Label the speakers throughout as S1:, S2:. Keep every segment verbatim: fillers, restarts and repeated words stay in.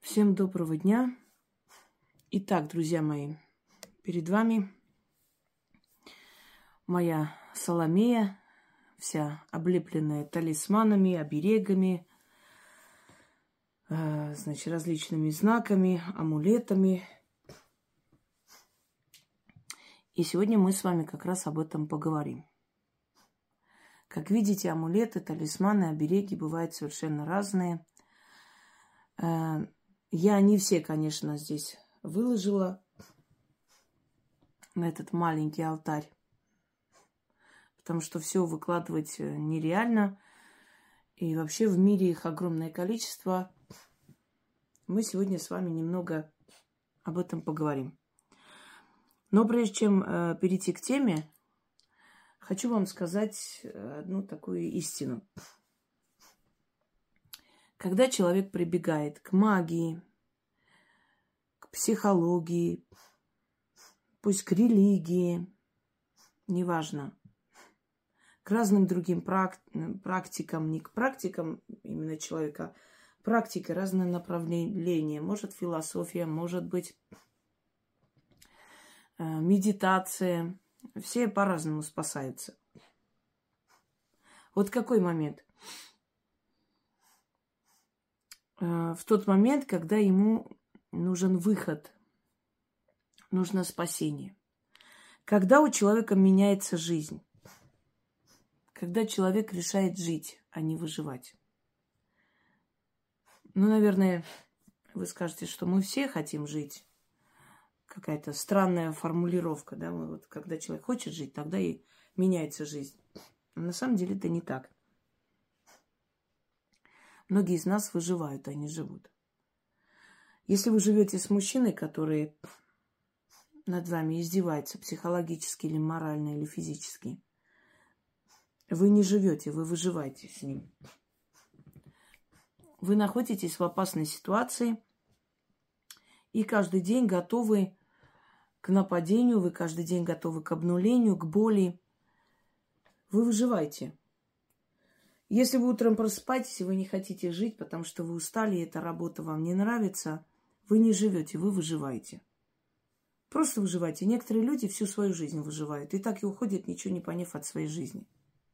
S1: Всем доброго дня. Итак, друзья мои, перед вами моя Соломея, вся облепленная талисманами, оберегами, э, значит, различными знаками, амулетами. И сегодня мы с вами как раз об этом поговорим. Как видите, амулеты, талисманы, обереги бывают совершенно разные. Э, Я не все, конечно, здесь выложила на этот маленький алтарь, потому что все выкладывать нереально. И вообще в мире их огромное количество. Мы сегодня с вами немного об этом поговорим. Но прежде чем э, перейти к теме, хочу вам сказать одну такую истину. Когда человек прибегает к магии, к психологии, пусть к религии, неважно, к разным другим практикам, не к практикам именно человека, практика, разные направления. Может философия, может быть медитация. Все по-разному спасаются. Вот какой момент? В тот момент, когда ему нужен выход, нужно спасение. Когда у человека меняется жизнь. Когда человек решает жить, а не выживать. Ну, наверное, вы скажете, что мы все хотим жить. Какая-то странная формулировка, да? Вот, когда человек хочет жить, тогда и меняется жизнь. Но на самом деле это не так. Многие из нас выживают, а не живут. Если вы живете с мужчиной, который над вами издевается психологически или морально, или физически, вы не живете, вы выживаете с ним. Вы находитесь в опасной ситуации и каждый день готовы к нападению, вы каждый день готовы к обнулению, к боли. Вы выживаете. Если вы утром просыпаетесь, и вы не хотите жить, потому что вы устали, и эта работа вам не нравится, вы не живете, вы выживаете. Просто выживаете. Некоторые люди всю свою жизнь выживают. И так и уходят, ничего не поняв от своей жизни.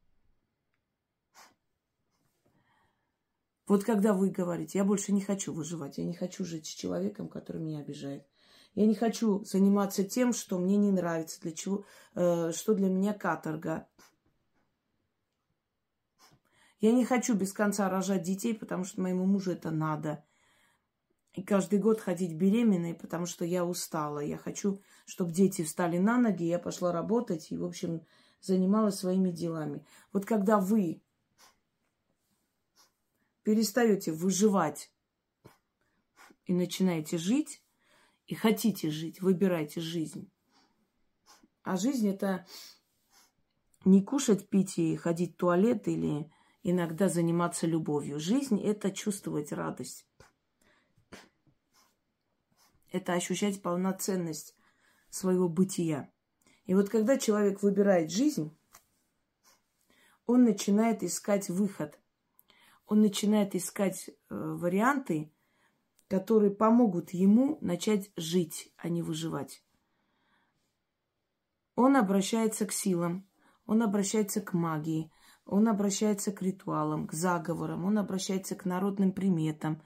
S1: Вот когда вы говорите, я больше не хочу выживать, я не хочу жить с человеком, который меня обижает. Я не хочу заниматься тем, что мне не нравится, для чего, э, что для меня каторга. Я не хочу без конца рожать детей, потому что моему мужу это надо. И каждый год ходить беременной, потому что я устала. Я хочу, чтобы дети встали на ноги, я пошла работать и, в общем, занималась своими делами. Вот когда вы перестаете выживать и начинаете жить, и хотите жить, выбираете жизнь. А жизнь – это не кушать, пить и ходить в туалет или иногда заниматься любовью. Жизнь – это чувствовать радость. Это ощущать полноценность своего бытия. И вот когда человек выбирает жизнь, он начинает искать выход. Он начинает искать э, варианты, которые помогут ему начать жить, а не выживать. Он обращается к силам, он обращается к магии, он обращается к ритуалам, к заговорам, он обращается к народным приметам,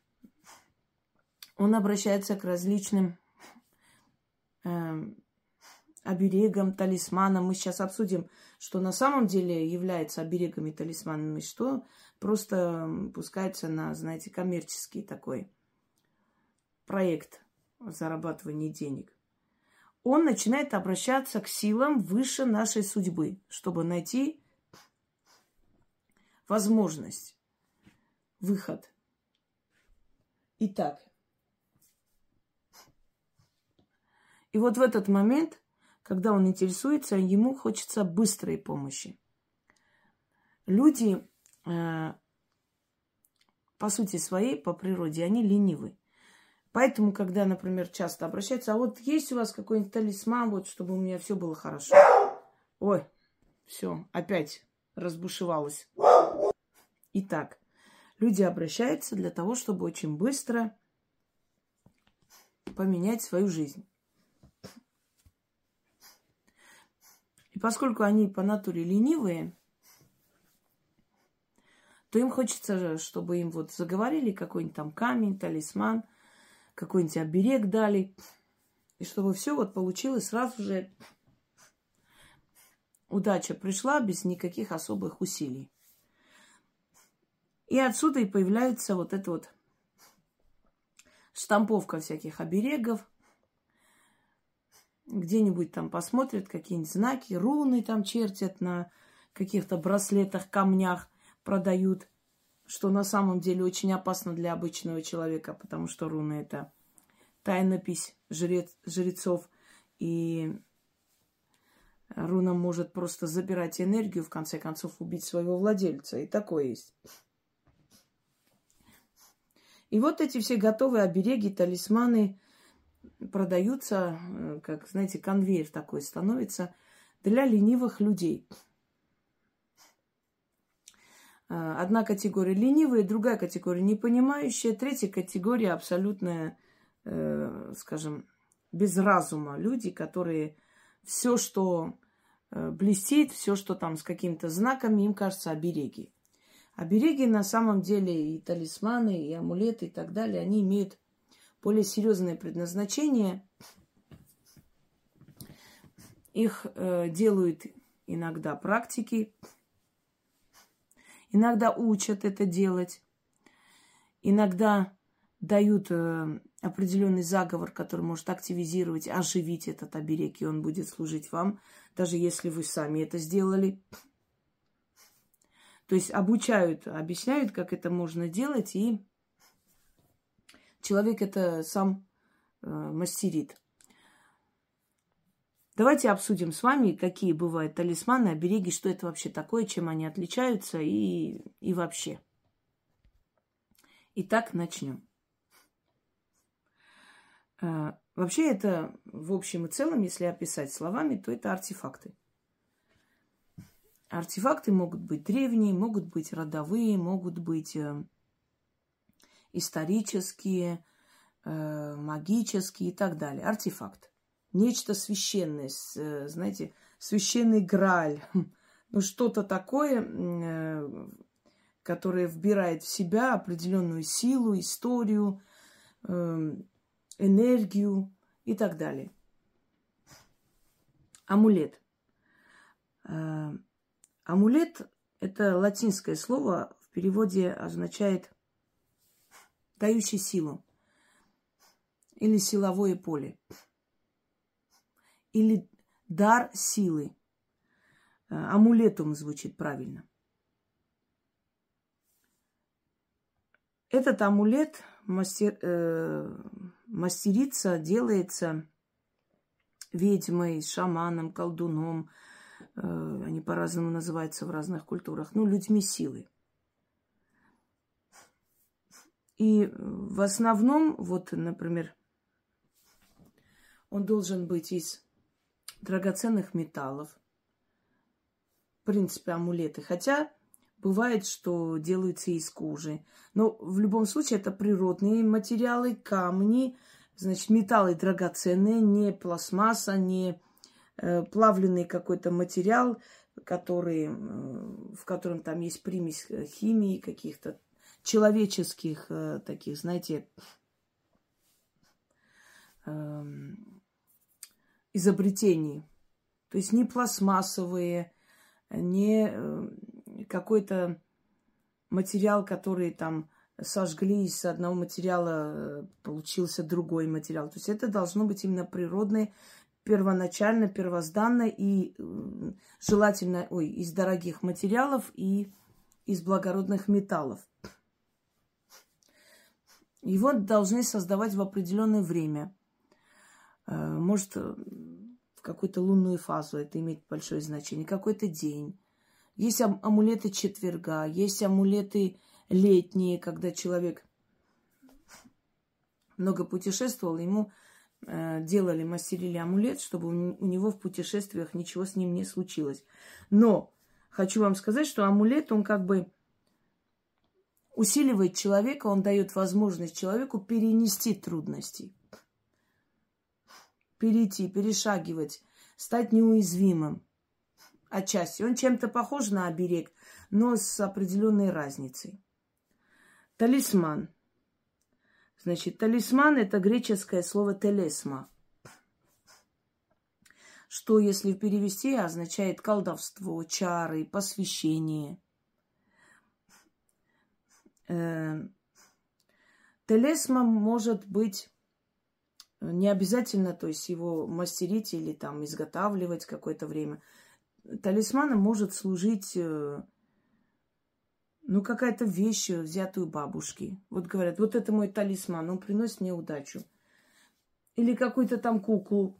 S1: он обращается к различным э, оберегам, талисманам. Мы сейчас обсудим, что на самом деле является оберегами, талисманами, что просто пускается на, знаете, коммерческий такой проект зарабатывания денег. Он начинает обращаться к силам выше нашей судьбы, чтобы найти возможность, выход. Итак, и вот в этот момент, когда он интересуется, ему хочется быстрой помощи. Люди, э, по сути своей, по природе, они ленивы. Поэтому, когда, например, часто обращаются, а вот есть у вас какой-нибудь талисман, вот, чтобы у меня все было хорошо. Ой, все, опять разбушевалась. Итак, люди обращаются для того, чтобы очень быстро поменять свою жизнь. И поскольку они по натуре ленивые, то им хочется, чтобы им вот заговорили какой-нибудь там камень, талисман, какой-нибудь оберег дали. И чтобы все вот получилось сразу же. Удача пришла без никаких особых усилий. И отсюда и появляется вот эта вот штамповка всяких оберегов. Где-нибудь там посмотрят какие-нибудь знаки, руны там чертят на каких-то браслетах, камнях, продают, что на самом деле очень опасно для обычного человека, потому что руны – это тайнопись жрец, жрецов, и руна может просто забирать энергию, в конце концов убить своего владельца. И такое есть. И вот эти все готовые обереги, талисманы продаются, как, знаете, конвейер такой становится для ленивых людей. Одна категория ленивая, другая категория непонимающая, третья категория абсолютная, э, скажем, без разума. Люди, которые все, что э, блестит, все, что там с какими-то знаками, им кажется обереги. Обереги на самом деле и талисманы, и амулеты и так далее, они имеют более серьезное предназначение. Их э, делают иногда практики, иногда учат это делать, иногда дают э, определенный заговор, который может активизировать, оживить этот оберег, и он будет служить вам, даже если вы сами это сделали. То есть обучают, объясняют, как это можно делать, и человек это сам э, мастерит. Давайте обсудим с вами, какие бывают талисманы, обереги, что это вообще такое, чем они отличаются и, и вообще. Итак, начнем. Э, вообще это, в общем и целом, если описать словами, то это артефакты. Артефакты могут быть древние, могут быть родовые, могут быть э, исторические, э, магические и так далее. Артефакт. Нечто священное, э, знаете, священный Грааль. Ну, что-то такое, э, которое вбирает в себя определенную силу, историю, э, энергию и так далее. Амулет. Э, Амулет – это латинское слово, в переводе означает дающий силу или силовое поле, или дар силы. Амулетум звучит правильно. Этот амулет мастер, э, мастерится, делается ведьмой, шаманом, колдуном. Они по-разному называются в разных культурах. Ну, людьми силы. И в основном, вот, например, он должен быть из драгоценных металлов. В принципе, амулеты. Хотя бывает, что делаются из кожи. Но в любом случае это природные материалы, камни, значит, металлы драгоценные, не пластмасса, не плавленый какой-то материал, который, в котором там есть примесь химии, каких-то человеческих таких, знаете, изобретений. То есть не пластмассовые, не какой-то материал, который там сожгли, из одного материала получился другой материал. То есть это должно быть именно природное, первоначально, первозданно и желательно, ой, из дорогих материалов и из благородных металлов. Его должны создавать в определенное время. Может, в какую-то лунную фазу это имеет большое значение, какой-то день. Есть амулеты четверга, есть амулеты летние, когда человек много путешествовал, ему делали, мастерили амулет, чтобы у него в путешествиях ничего с ним не случилось. Но хочу вам сказать, что амулет, он как бы усиливает человека, он дает возможность человеку перенести трудности. перейти, перешагивать, стать неуязвимым отчасти. Он чем-то похож на оберег, но с определенной разницей. Талисман. Значит, талисман – это греческое слово телесма, что, если перевести, означает колдовство, чары, посвящение. Телесма может быть не обязательно, то есть его мастерить или там изготавливать какое-то время. Талисманом может служить, ну, какая-то вещь, взятую у бабушки. Вот говорят, вот это мой талисман, он приносит мне удачу. Или какую-то там куклу.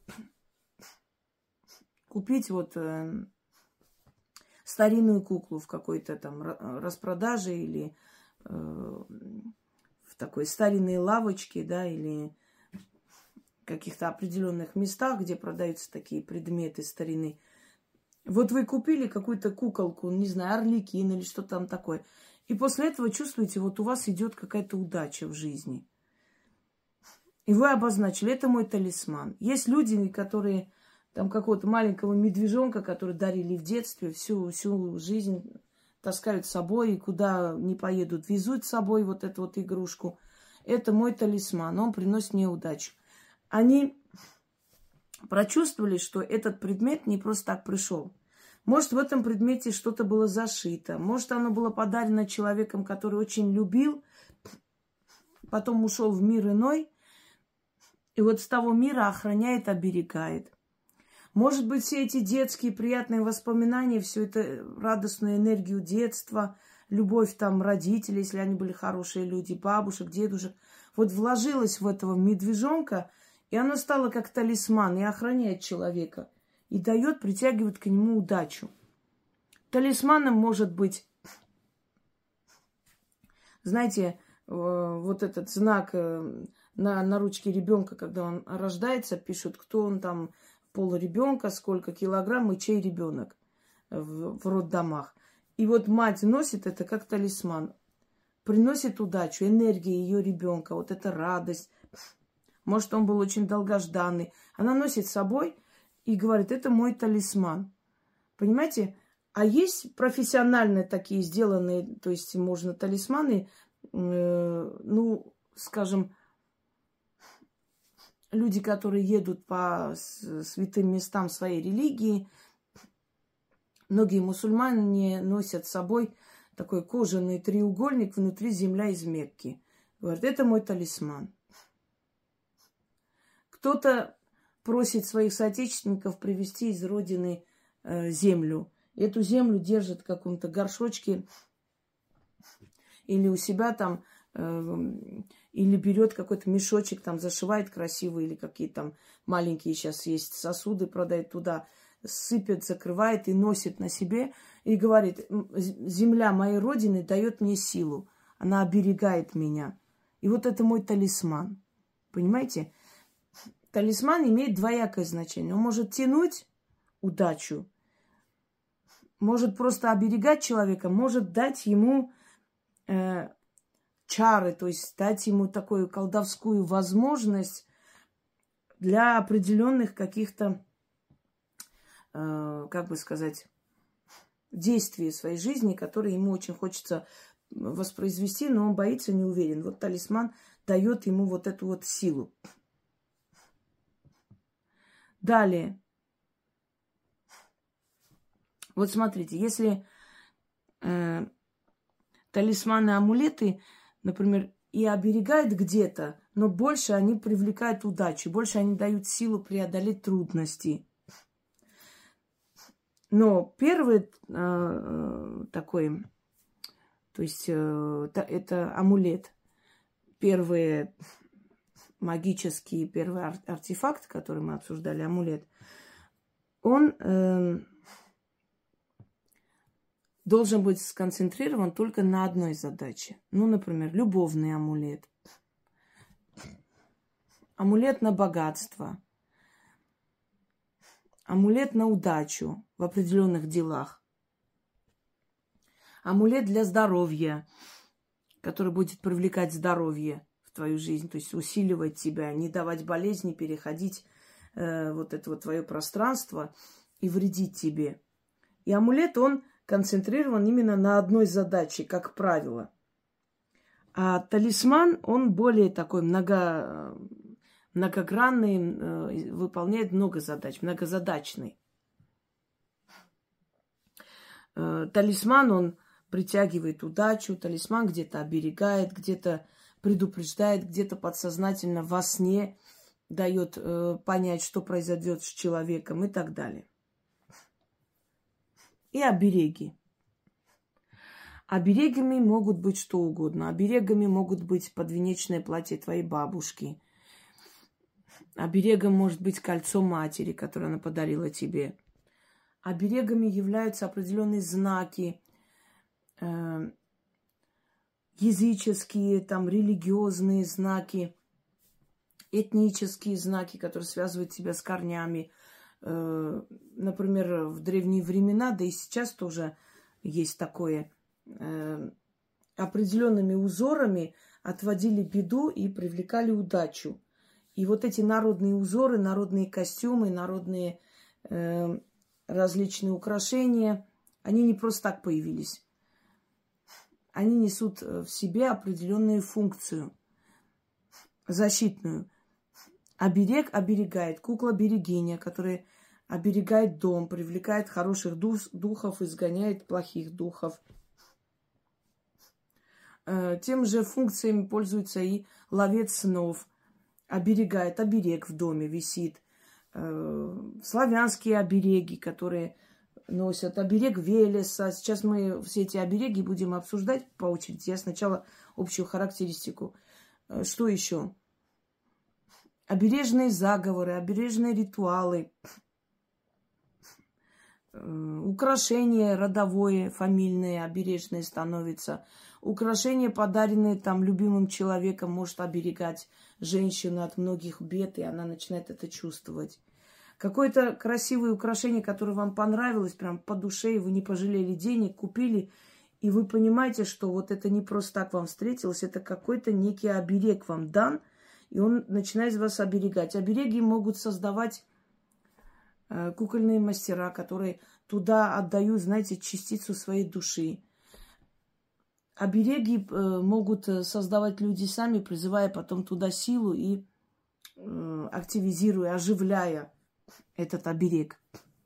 S1: Купить вот э, старинную куклу в какой-то там распродаже или э, в такой старинной лавочке, да, или в каких-то определенных местах, где продаются такие предметы старины. Вот вы купили какую-то куколку, не знаю, Орликин или что там такое. И после этого чувствуете, вот у вас идет какая-то удача в жизни. И вы обозначили, это мой талисман. Есть люди, которые там какого-то маленького медвежонка, который дарили в детстве, всю, всю жизнь таскают с собой, и куда не поедут, везут с собой вот эту вот игрушку. Это мой талисман, он приносит мне удачу. Они прочувствовали, что этот предмет не просто так пришел. Может, в этом предмете что-то было зашито. Может, оно было подарено человеком, который очень любил, потом ушел в мир иной, и вот с того мира охраняет, оберегает. Может быть, все эти детские приятные воспоминания, всю эту радостную энергию детства, любовь там родителей, если они были хорошие люди, бабушек, дедушек, вот вложилась в этого медвежонка, и оно стало как талисман и охраняет человека. И дает, притягивает к нему удачу. Талисманом может быть, знаете, вот этот знак на, на ручке ребенка, когда он рождается, пишут, кто он там, пол ребенка, сколько килограмм и чей ребенок в, в роддомах. И вот мать носит это как талисман. Приносит удачу, энергию ее ребенка, вот эта радость. Может, он был очень долгожданный. Она носит с собой и говорит, это мой талисман. Понимаете? А есть профессиональные такие сделанные, то есть можно талисманы, э, ну, скажем, люди, которые едут по святым местам своей религии, многие мусульмане носят с собой такой кожаный треугольник, внутри земля из Мекки. Говорят, это мой талисман. Кто-то просит своих соотечественников привезти из родины э, землю. Эту землю держат в каком-то горшочке или у себя там, э, или берет какой-то мешочек, там зашивает красиво, или какие там маленькие сейчас есть сосуды, продает туда, сыпет, закрывает и носит на себе. И говорит, земля моей родины дает мне силу, она оберегает меня. И вот это мой талисман. Понимаете? Талисман имеет двоякое значение. Он может тянуть удачу, может просто оберегать человека, может дать ему э, чары, то есть дать ему такую колдовскую возможность для определенных каких-то, э, как бы сказать, действий в своей жизни, которые ему очень хочется воспроизвести, но он боится, не уверен. Вот талисман дает ему вот эту вот силу. Далее. Вот смотрите, если э, талисманы, амулеты, например, и оберегают где-то, но больше они привлекают удачу, больше они дают силу преодолеть трудности. Но первый э, такой, то есть э, это амулет, первый магический, первый ар- артефакт, который мы обсуждали, амулет, он э, должен быть сконцентрирован только на одной задаче. Ну, например, любовный амулет, амулет на богатство, амулет на удачу в определенных делах, амулет для здоровья, который будет привлекать здоровье в твою жизнь, то есть усиливать тебя, не давать болезни, переходить э, вот это вот твое пространство и вредить тебе. И амулет, он концентрирован именно на одной задаче, как правило. А талисман, он более такой много, многогранный, э, выполняет много задач, многозадачный. Э, талисман, он притягивает удачу, талисман где-то оберегает, где-то предупреждает, где-то подсознательно во сне дает э, понять, что произойдет с человеком и так далее. И обереги. Оберегами могут быть что угодно. Оберегами могут быть подвенечное платье твоей бабушки. Оберегом может быть кольцо матери, которое она подарила тебе. Оберегами являются определенные знаки, э, языческие, там, религиозные знаки, этнические знаки, которые связывают тебя с корнями. Э, например, в древние времена, да и сейчас тоже есть такое, э, определенными узорами отводили беду и привлекали удачу. И вот эти народные узоры, народные костюмы, народные э, различные украшения, они не просто так появились. Они несут в себе определенную функцию, защитную. Оберег оберегает. Кукла-берегиня, которая оберегает дом, привлекает хороших дух, духов, изгоняет плохих духов. Тем же функциями пользуется и ловец снов. Оберегает, оберег в доме висит. Славянские обереги, которые носят. Оберег Велеса. Сейчас мы все эти обереги будем обсуждать по очереди. Я сначала общую характеристику. Что еще? Обережные заговоры, обережные ритуалы. Украшения родовое, фамильные, обережные становятся. Украшения, подаренные там любимым человеком, может оберегать женщину от многих бед, и она начинает это чувствовать. Какое-то красивое украшение, которое вам понравилось, прям по душе, и вы не пожалели денег, купили, и вы понимаете, что вот это не просто так вам встретилось, это какой-то некий оберег вам дан, и он начинает вас оберегать. Обереги могут создавать э, кукольные мастера, которые туда отдают, знаете, частицу своей души. Обереги э, могут создавать люди сами, призывая потом туда силу и э, активизируя, оживляя этот оберег.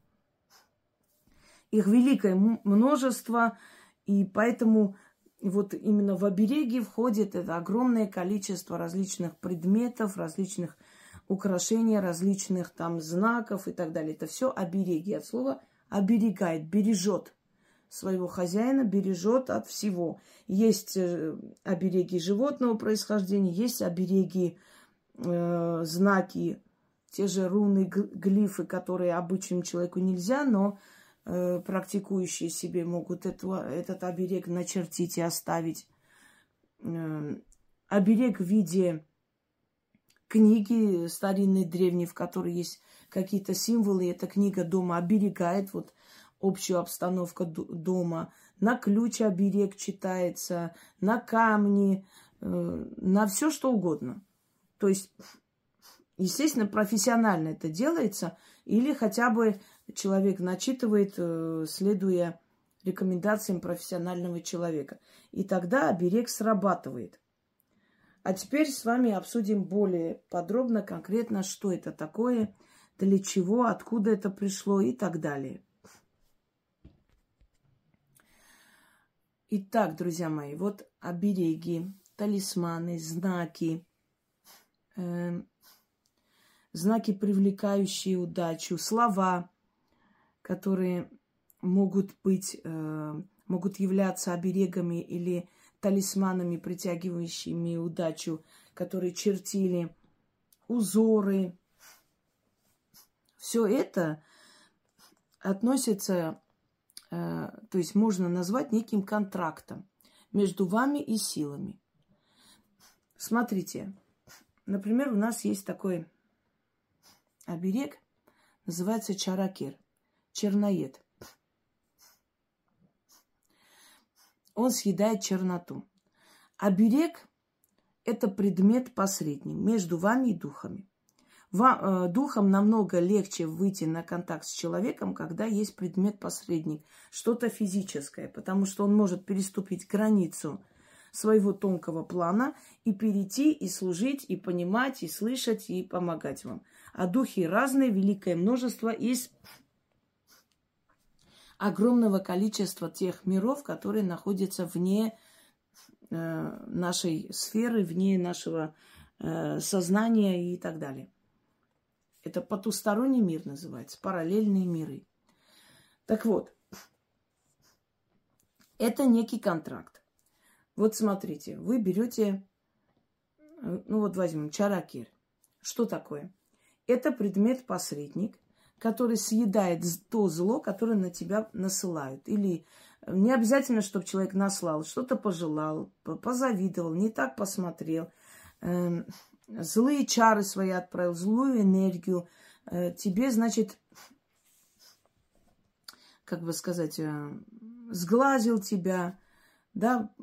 S1: Их великое множество, и поэтому вот именно в обереги входит это огромное количество различных предметов, различных украшений, различных там знаков и так далее. Это все обереги. От слова оберегает, бережет своего хозяина, бережет от всего. Есть обереги животного происхождения, есть обереги, э, знаки, те же руны, глифы, которые обычному человеку нельзя, но э, практикующие себе могут этого, этот оберег начертить и оставить. Э, оберег в виде книги старинной, древней, в которой есть какие-то символы. Эта книга дома оберегает вот общую обстановку дома. На ключ оберег читается, на камни, э, на все что угодно. То есть, естественно, профессионально это делается, или хотя бы человек начитывает, э, следуя рекомендациям профессионального человека. И тогда оберег срабатывает. А теперь с вами обсудим более подробно, конкретно, что это такое, для чего, откуда это пришло и так далее. Итак, друзья мои, вот обереги, талисманы, знаки, э, знаки, привлекающие удачу, слова, которые могут быть, э, могут являться оберегами или талисманами, притягивающими удачу, которые чертили, узоры. Все это относится, э, то есть можно назвать неким контрактом между вами и силами. Смотрите, например, у нас есть такой оберег, называется чаракир, черноед. Он съедает черноту. Оберег – это предмет посредний между вами и духами. Вам, э, духом намного легче выйти на контакт с человеком, когда есть предмет-посредник, что-то физическое, потому что он может переступить границу своего тонкого плана и перейти, и служить, и понимать, и слышать, и помогать вам. А духи разные, великое множество, из огромного количества тех миров, которые находятся вне э, нашей сферы, вне нашего э, сознания и так далее. Это потусторонний мир называется, параллельные миры. Так вот, это некий контракт. Вот смотрите, вы берете, ну вот возьмем чаракир. Что такое? Это предмет-посредник, который съедает то зло, которое на тебя насылают. Или не обязательно, чтобы человек наслал, что-то пожелал, позавидовал, не так посмотрел, э, злые чары свои отправил, злую энергию. Э, тебе, значит, как бы сказать, э, сглазил тебя, да,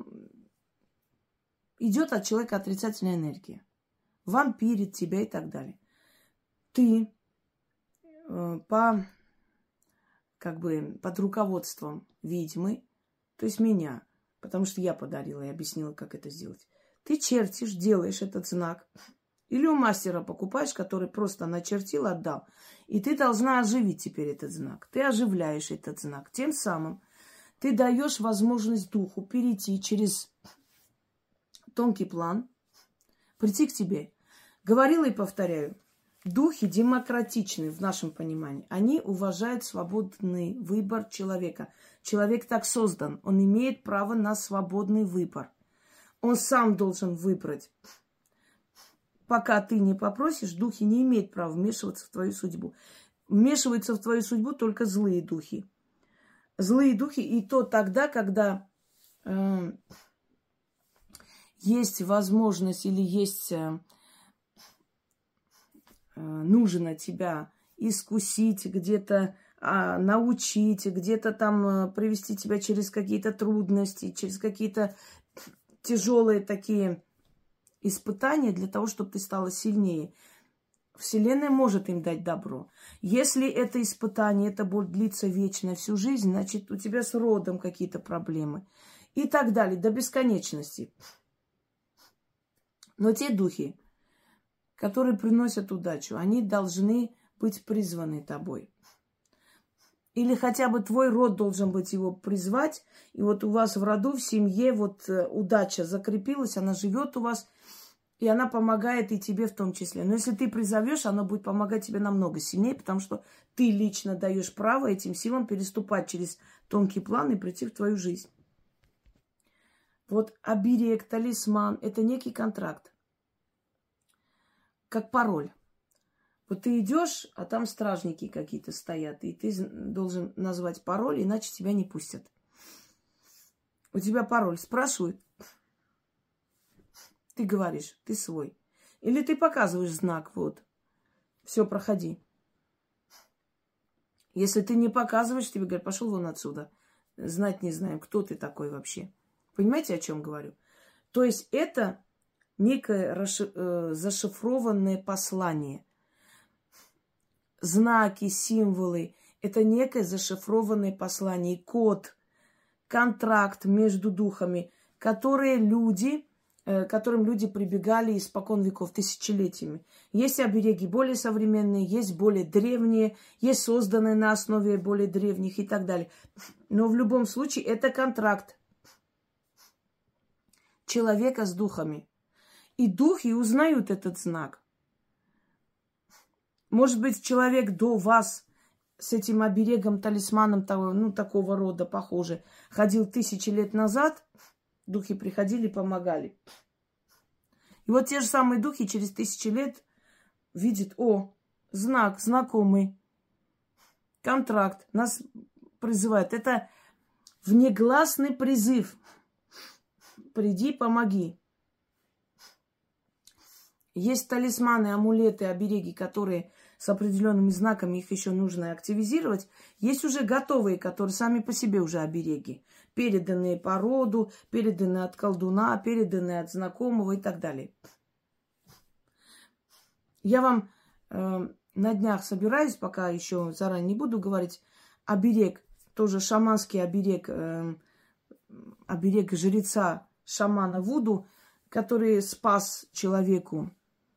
S1: идет от человека отрицательная энергия, вампирит тебя и так далее. Ты э, по, как бы, под руководством ведьмы, то есть меня, потому что я подарила и объяснила, как это сделать, ты чертишь, делаешь этот знак, или у мастера покупаешь, который просто начертил, отдал, и ты должна оживить теперь этот знак. Ты оживляешь этот знак. Тем самым ты даешь возможность духу перейти через тонкий план, прийти к тебе. Говорила и повторяю, духи демократичны в нашем понимании. Они уважают свободный выбор человека. Человек так создан. Он имеет право на свободный выбор. Он сам должен выбрать. Пока ты не попросишь, духи не имеют права вмешиваться в твою судьбу. Вмешиваются в твою судьбу только злые духи. Злые духи и то тогда, когда э, есть возможность или есть э, э, нужно тебя искусить, где-то э, научить, где-то там э, привести тебя через какие-то трудности, через какие-то тяжелые такие испытания для того, чтобы ты стала сильнее. Вселенная может им дать добро. Если это испытание, это будет длиться вечно всю жизнь, значит, у тебя с родом какие-то проблемы. И так далее, до бесконечности. Но те духи, которые приносят удачу, они должны быть призваны тобой. Или хотя бы твой род должен быть его призвать. И вот у вас в роду, в семье вот удача закрепилась, она живет у вас, и она помогает и тебе в том числе. Но если ты призовешь, она будет помогать тебе намного сильнее, потому что ты лично даешь право этим силам переступать через тонкий план и прийти в твою жизнь. Вот оберег, талисман – это некий контракт, как пароль. Вот ты идешь, а там стражники какие-то стоят, и ты должен назвать пароль, иначе тебя не пустят. У тебя пароль спрашивают, ты говоришь, ты свой. Или ты показываешь знак, вот, все, проходи. Если ты не показываешь, тебе говорят, пошел вон отсюда. Знать не знаем, кто ты такой вообще. Понимаете, о чем говорю? То есть это некое расши- э, зашифрованное послание. Знаки, символы – это некое зашифрованное послание, код, контракт между духами, которые люди, э, к которым люди прибегали испокон веков, тысячелетиями. Есть обереги более современные, есть более древние, есть созданные на основе более древних и так далее. Но в любом случае это контракт человека с духами. И духи узнают этот знак. Может быть, человек до вас с этим оберегом, талисманом того, ну, такого рода, похоже, ходил тысячи лет назад, духи приходили, помогали. И вот те же самые духи через тысячи лет видят, о, знак, знакомый, контракт, нас призывают. Это внегласный призыв. Приди, помоги. Есть талисманы, амулеты, обереги, которые с определенными знаками, их еще нужно активизировать. Есть уже готовые, которые сами по себе уже обереги. Переданные по роду, переданные от колдуна, переданные от знакомого и так далее. Я вам на днях собираюсь, пока еще заранее не буду говорить, оберег, тоже шаманский оберег, оберег жреца шамана Вуду, который спас человеку,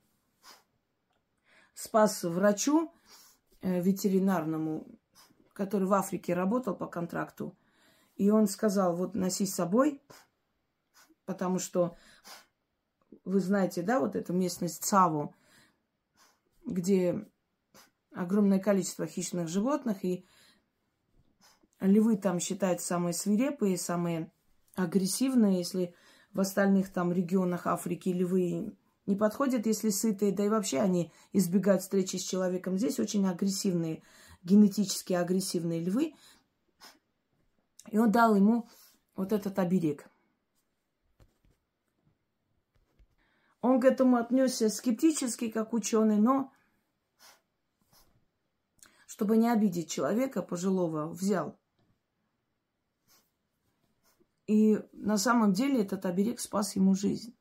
S1: спас врачу ветеринарному, который в Африке работал по контракту. И он сказал, вот носи с собой, потому что вы знаете, да, вот эту местность Цаву, где огромное количество хищных животных, и львы там считаются самые свирепые, самые агрессивные. Если в остальных там регионах Африки львы не подходят, если сытые, да и вообще они избегают встречи с человеком. Здесь очень агрессивные, генетически агрессивные львы. И он дал ему вот этот оберег. Он к этому отнесся скептически, как ученый, но чтобы не обидеть человека пожилого, взял. И на самом деле этот оберег спас ему жизнь.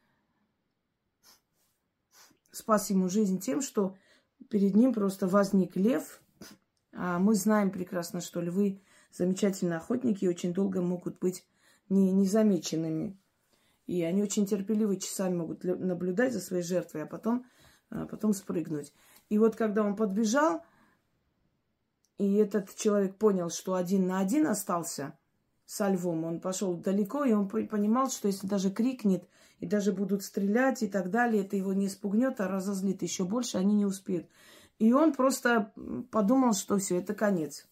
S1: Спас ему жизнь тем, что перед ним просто возник лев. А мы знаем прекрасно, что львы замечательные охотники и очень долго могут быть не, незамеченными. И они очень терпеливо часами могут наблюдать за своей жертвой, а потом, а потом спрыгнуть. И вот когда он подбежал, и этот человек понял, что один на один остался со львом, он пошел далеко, и он понимал, что если даже крикнет, и даже будут стрелять и так далее, это его не спугнет, а разозлит еще больше, они не успеют. И он просто подумал, что все, это конец.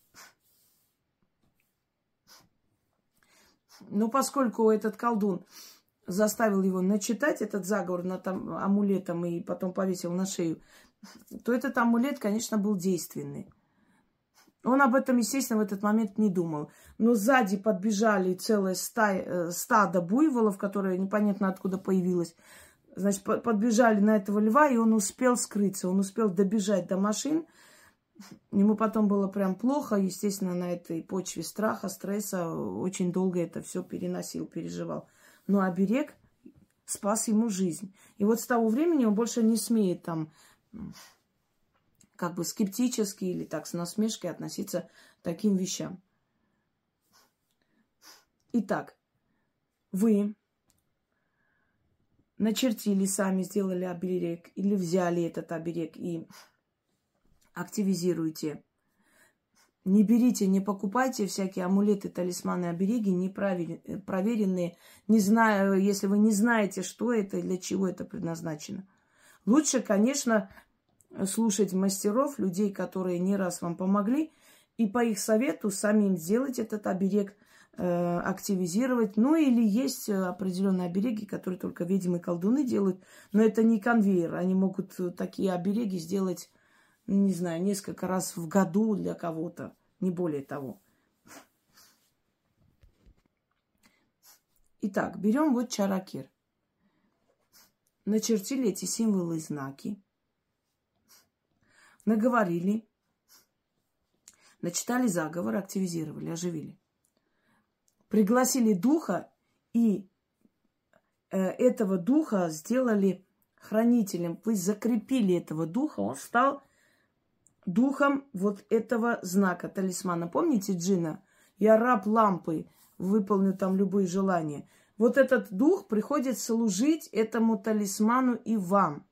S1: Но поскольку этот колдун заставил его начитать этот заговор над амулетом и потом повесил на шею, то этот амулет, конечно, был действенный. Он об этом, естественно, в этот момент не думал. Но сзади подбежали целое стая, стадо буйволов, которое непонятно откуда появилось. Значит, подбежали на этого льва, и он успел скрыться. Он успел добежать до машин. Ему потом было прям плохо. Естественно, на этой почве страха, стресса очень долго это все переносил, переживал. Но оберег спас ему жизнь. И вот с того времени он больше не смеет там как бы скептически или так с насмешкой относиться к таким вещам. Итак, вы начертили сами, сделали оберег или взяли этот оберег и активизируете. Не берите, не покупайте всякие амулеты, талисманы, обереги непроверенные, не знаю, если вы не знаете, что это и для чего это предназначено. Лучше, конечно, слушать мастеров, людей, которые не раз вам помогли, и по их совету самим сделать этот оберег, э, активизировать. Ну или есть определенные обереги, которые только ведьмы и колдуны делают, но это не конвейер. Они могут такие обереги сделать, не знаю, несколько раз в году для кого-то, не более того. Итак, берем вот чаракир. Начертили эти символы и знаки. Наговорили. Начитали заговор, активизировали, оживили. Пригласили духа, и э, этого духа сделали хранителем. Вы закрепили этого духа, он стал духом вот этого знака, талисмана. Помните джина? Я раб лампы, выполню там любые желания. Вот этот дух приходит служить этому талисману и вам.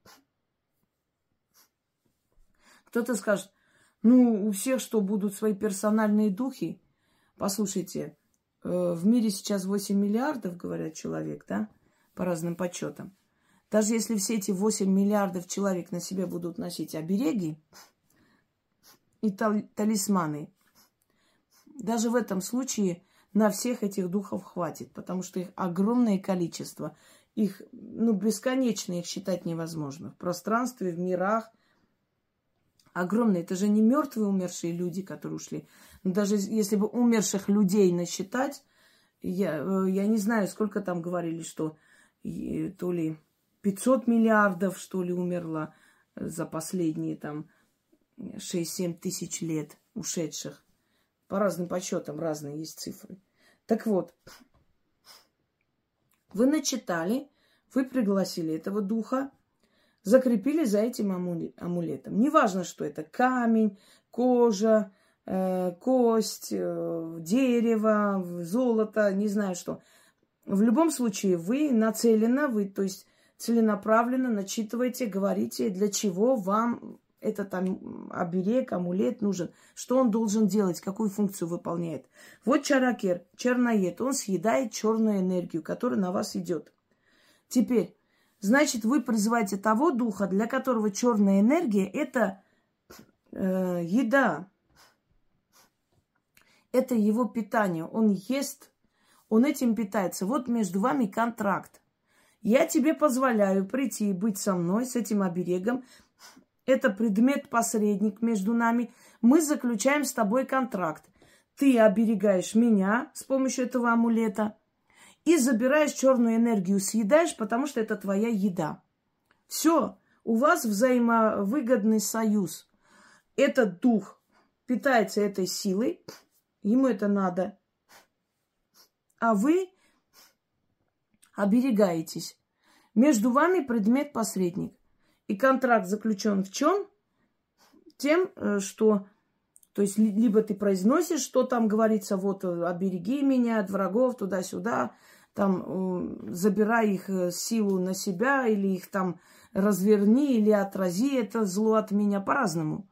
S1: Кто-то скажет, ну, у всех что, будут свои персональные духи? Послушайте, э, в мире сейчас восемь миллиардов, говорят, человек, да, по разным подсчетам. Даже если все эти восемь миллиардов человек на себе будут носить обереги и тал- талисманы, даже в этом случае на всех этих духов хватит, потому что их огромное количество. Их, ну, бесконечно их считать невозможно. В пространстве, в мирах. Огромное. Это же не мертвые умершие люди, которые ушли. Но даже если бы умерших людей насчитать, я, я не знаю, сколько там говорили, что то ли пятьсот миллиардов, что ли, умерло за последние там шесть-семь тысяч лет ушедших. По разным подсчетам разные есть цифры. Так вот, вы начитали, вы пригласили этого духа, закрепили за этим амулетом. Неважно, что это камень, кожа, э, кость, э, дерево, золото, не знаю что. В любом случае вы нацеленно, вы, то есть целенаправленно начитываете, говорите, для чего вам этот оберег, амулет нужен, что он должен делать, какую функцию выполняет. Вот чаракер, черноед, он съедает черную энергию, которая на вас идет. Теперь, значит, вы призываете того духа, для которого черная энергия – это э, еда, это его питание, он ест, он этим питается. Вот между вами контракт. Я тебе позволяю прийти и быть со мной, с этим оберегом. Это предмет-посредник между нами. Мы заключаем с тобой контракт. Ты оберегаешь меня с помощью этого амулета и забираешь черную энергию, съедаешь, потому что это твоя еда. Все, у вас взаимовыгодный союз. Этот дух питается этой силой, ему это надо, а вы оберегаетесь. Между вами предмет-посредник. И контракт заключен в чем? Тем, что, то есть, либо ты произносишь, что там говорится, вот, обереги меня от врагов, туда-сюда, там, забирай их силу на себя, или их там разверни, или отрази это зло от меня, по-разному.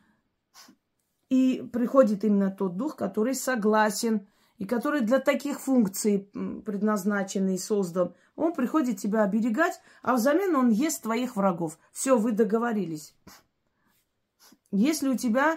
S1: И приходит именно тот дух, который согласен, и который для таких функций предназначен и создан. Он приходит тебя оберегать, а взамен он ест твоих врагов. Все, вы договорились. Если у тебя,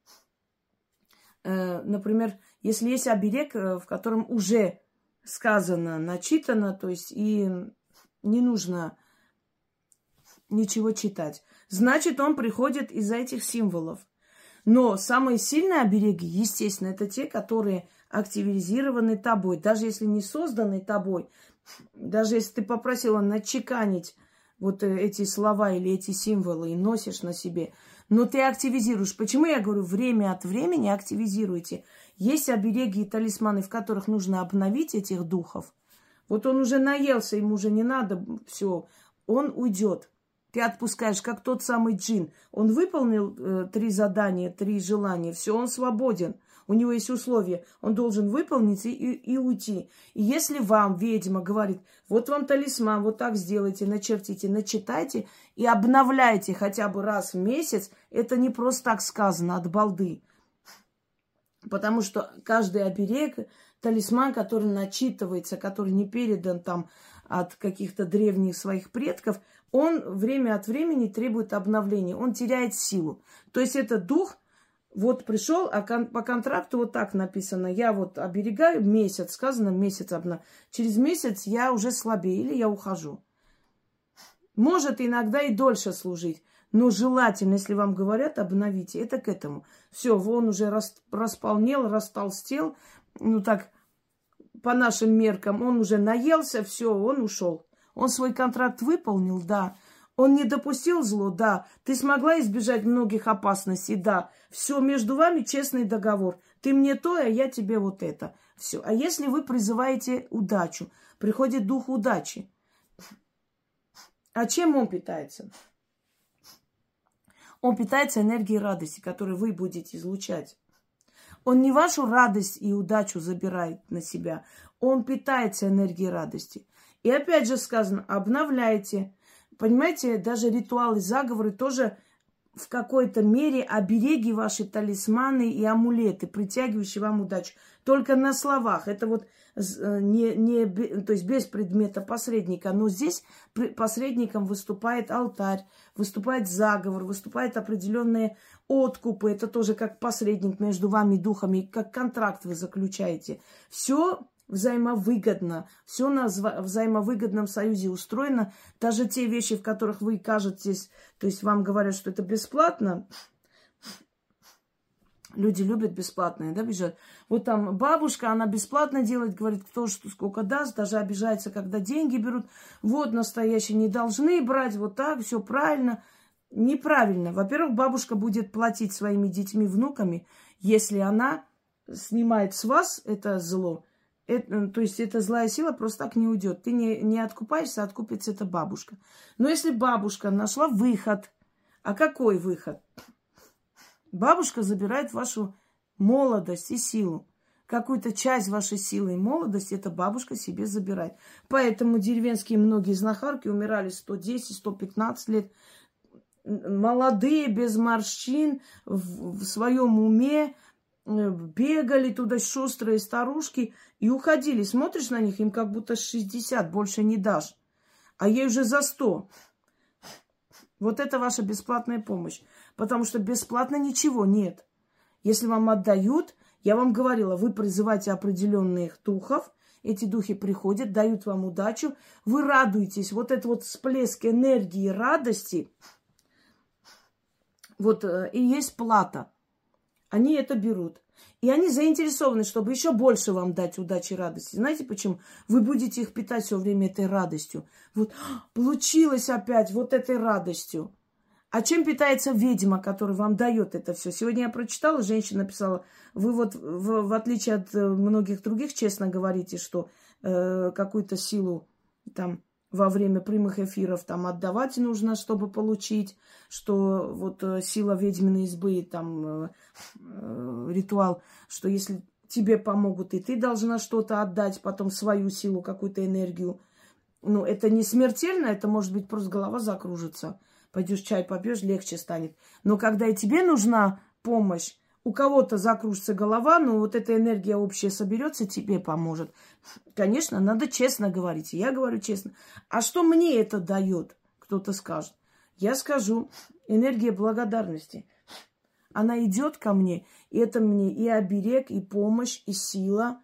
S1: э, например, если есть оберег, в котором уже сказано, начитано, то есть и не нужно ничего читать, значит, он приходит из-за этих символов. Но самые сильные обереги, естественно, это те, которые активизированы тобой. Даже если не созданы тобой, даже если ты попросила начеканить вот эти слова или эти символы и носишь на себе, но ты активизируешь. Почему я говорю, время от времени активизируйте? Есть обереги и талисманы, в которых нужно обновить этих духов. Вот он уже наелся, ему уже не надо, все, он уйдет. Ты отпускаешь, как тот самый джин. Он выполнил э, три задания, три желания, все, он свободен. У него есть условия, он должен выполнить и, и, и уйти. И если вам ведьма говорит, вот вам талисман, вот так сделайте, начертите, начитайте и обновляйте хотя бы раз в месяц, это не просто так сказано от балды. Потому что каждый оберег, талисман, который начитывается, который не передан там от каких-то древних своих предков, он время от времени требует обновления, он теряет силу. То есть это дух... Вот пришел, а кон- по контракту вот так написано. Я вот оберегаю месяц, сказано месяц обна. Через месяц я уже слабее или я ухожу. Может иногда и дольше служить. Но желательно, если вам говорят, обновите. Это к этому. Все, он уже рас- располнел, растолстел. Ну так, по нашим меркам, он уже наелся, все, он ушел. Он свой контракт выполнил, да. Он не допустил зло, да. Ты смогла избежать многих опасностей, да. Все, между вами честный договор. Ты мне то, а я тебе вот это. Все. А если вы призываете удачу, приходит дух удачи. А чем он питается? Он питается энергией радости, которую вы будете излучать. Он не вашу радость и удачу забирает на себя. Он питается энергией радости. И опять же сказано, обновляйте. Понимаете, даже ритуалы, заговоры тоже в какой-то мере обереги ваши, талисманы и амулеты, притягивающие вам удачу. Только на словах. Это вот не, не, то есть без предмета посредника. Но здесь посредником выступает алтарь, выступает заговор, выступают определенные откупы. Это тоже как посредник между вами и духами, как контракт вы заключаете. Все взаимовыгодно. Все на взаимовыгодном союзе устроено. Даже те вещи, в которых вы кажетесь, то есть вам говорят, что это бесплатно. Люди любят бесплатное, да, бежать. Вот там бабушка, она бесплатно делает, говорит, кто что сколько даст, даже обижается, когда деньги берут. Вот настоящие не должны брать, вот так, все правильно. Неправильно. Во-первых, бабушка будет платить своими детьми, внуками, если она снимает с вас это зло Это, то есть эта злая сила просто так не уйдет. Ты не, не откупаешься, откупится эта бабушка. Но если бабушка нашла выход, а какой выход? Бабушка забирает вашу молодость и силу. Какую-то часть вашей силы и молодости эта бабушка себе забирает. Поэтому деревенские многие знахарки умирали сто десять - сто пятнадцать лет. Молодые, без морщин, в, в своем уме, бегали туда шустрые старушки и уходили. Смотришь на них, им как будто шестьдесят, больше не дашь. А ей уже за сто. Вот это ваша бесплатная помощь. Потому что бесплатно ничего нет. Если вам отдают, я вам говорила, вы призываете определенных духов, эти духи приходят, дают вам удачу, вы радуетесь. Вот этот вот всплеск энергии, радости, вот и есть плата. Они это берут. И они заинтересованы, чтобы еще больше вам дать удачи и радости. Знаете почему? Вы будете их питать все время этой радостью. Вот получилось опять вот этой радостью. А чем питается ведьма, которая вам дает это все? Сегодня я прочитала, женщина написала, вы вот в, в отличие от многих других честно говорите, что э, какую-то силу там во время прямых эфиров там отдавать нужно, чтобы получить, что вот э, сила ведьминой избы, там э, э, ритуал, что если тебе помогут, и ты должна что-то отдать, потом свою силу, какую-то энергию. Ну, это не смертельно, это может быть просто голова закружится. Пойдешь чай попьешь, легче станет. Но когда и тебе нужна помощь, у кого-то закружится голова, но вот эта энергия общая соберется, тебе поможет. Конечно, надо честно говорить. Я говорю честно. А что мне это дает? Кто-то скажет. Я скажу, энергия благодарности. Она идет ко мне, и это мне и оберег, и помощь, и сила.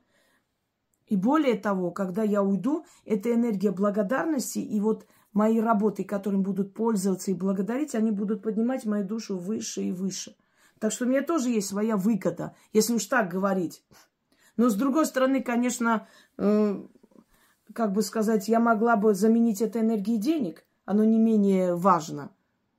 S1: И более того, когда я уйду, это энергия благодарности, и вот мои работы, которыми будут пользоваться и благодарить, они будут поднимать мою душу выше и выше. Так что у меня тоже есть своя выгода, если уж так говорить. Но с другой стороны, конечно, э, как бы сказать, я могла бы заменить это энергией денег. Оно не менее важно.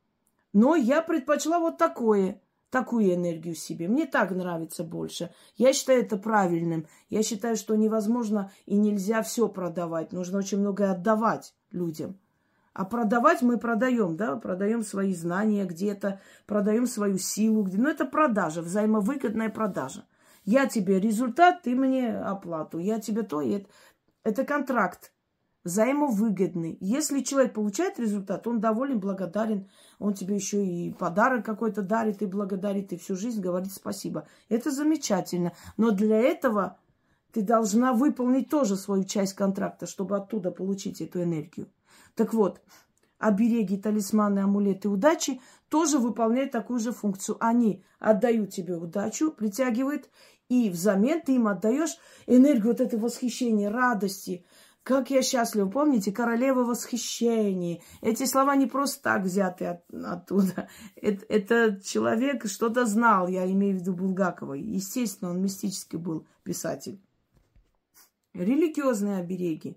S1: Но я предпочла вот такое, такую энергию себе. Мне так нравится больше. Я считаю это правильным. Я считаю, что невозможно и нельзя все продавать. Нужно очень многое отдавать людям. А продавать мы продаем, да, продаем свои знания где-то, продаем свою силу. Где... Ну, это продажа, взаимовыгодная продажа. Я тебе результат, ты мне оплату. Я тебе то, и это. Это контракт взаимовыгодный. Если человек получает результат, он доволен, благодарен. Он тебе еще и подарок какой-то дарит, и благодарит, и всю жизнь говорит спасибо. Это замечательно. Но для этого ты должна выполнить тоже свою часть контракта, чтобы оттуда получить эту энергию. Так вот, обереги, талисманы, амулеты удачи тоже выполняют такую же функцию. Они отдают тебе удачу, притягивают, и взамен ты им отдаешь энергию вот этого восхищения, радости. Как я счастлива. Помните, королева восхищения. Эти слова не просто так взяты от, оттуда. Это, этот человек что-то знал, я имею в виду Булгакова. Естественно, он мистический был писатель. Религиозные обереги.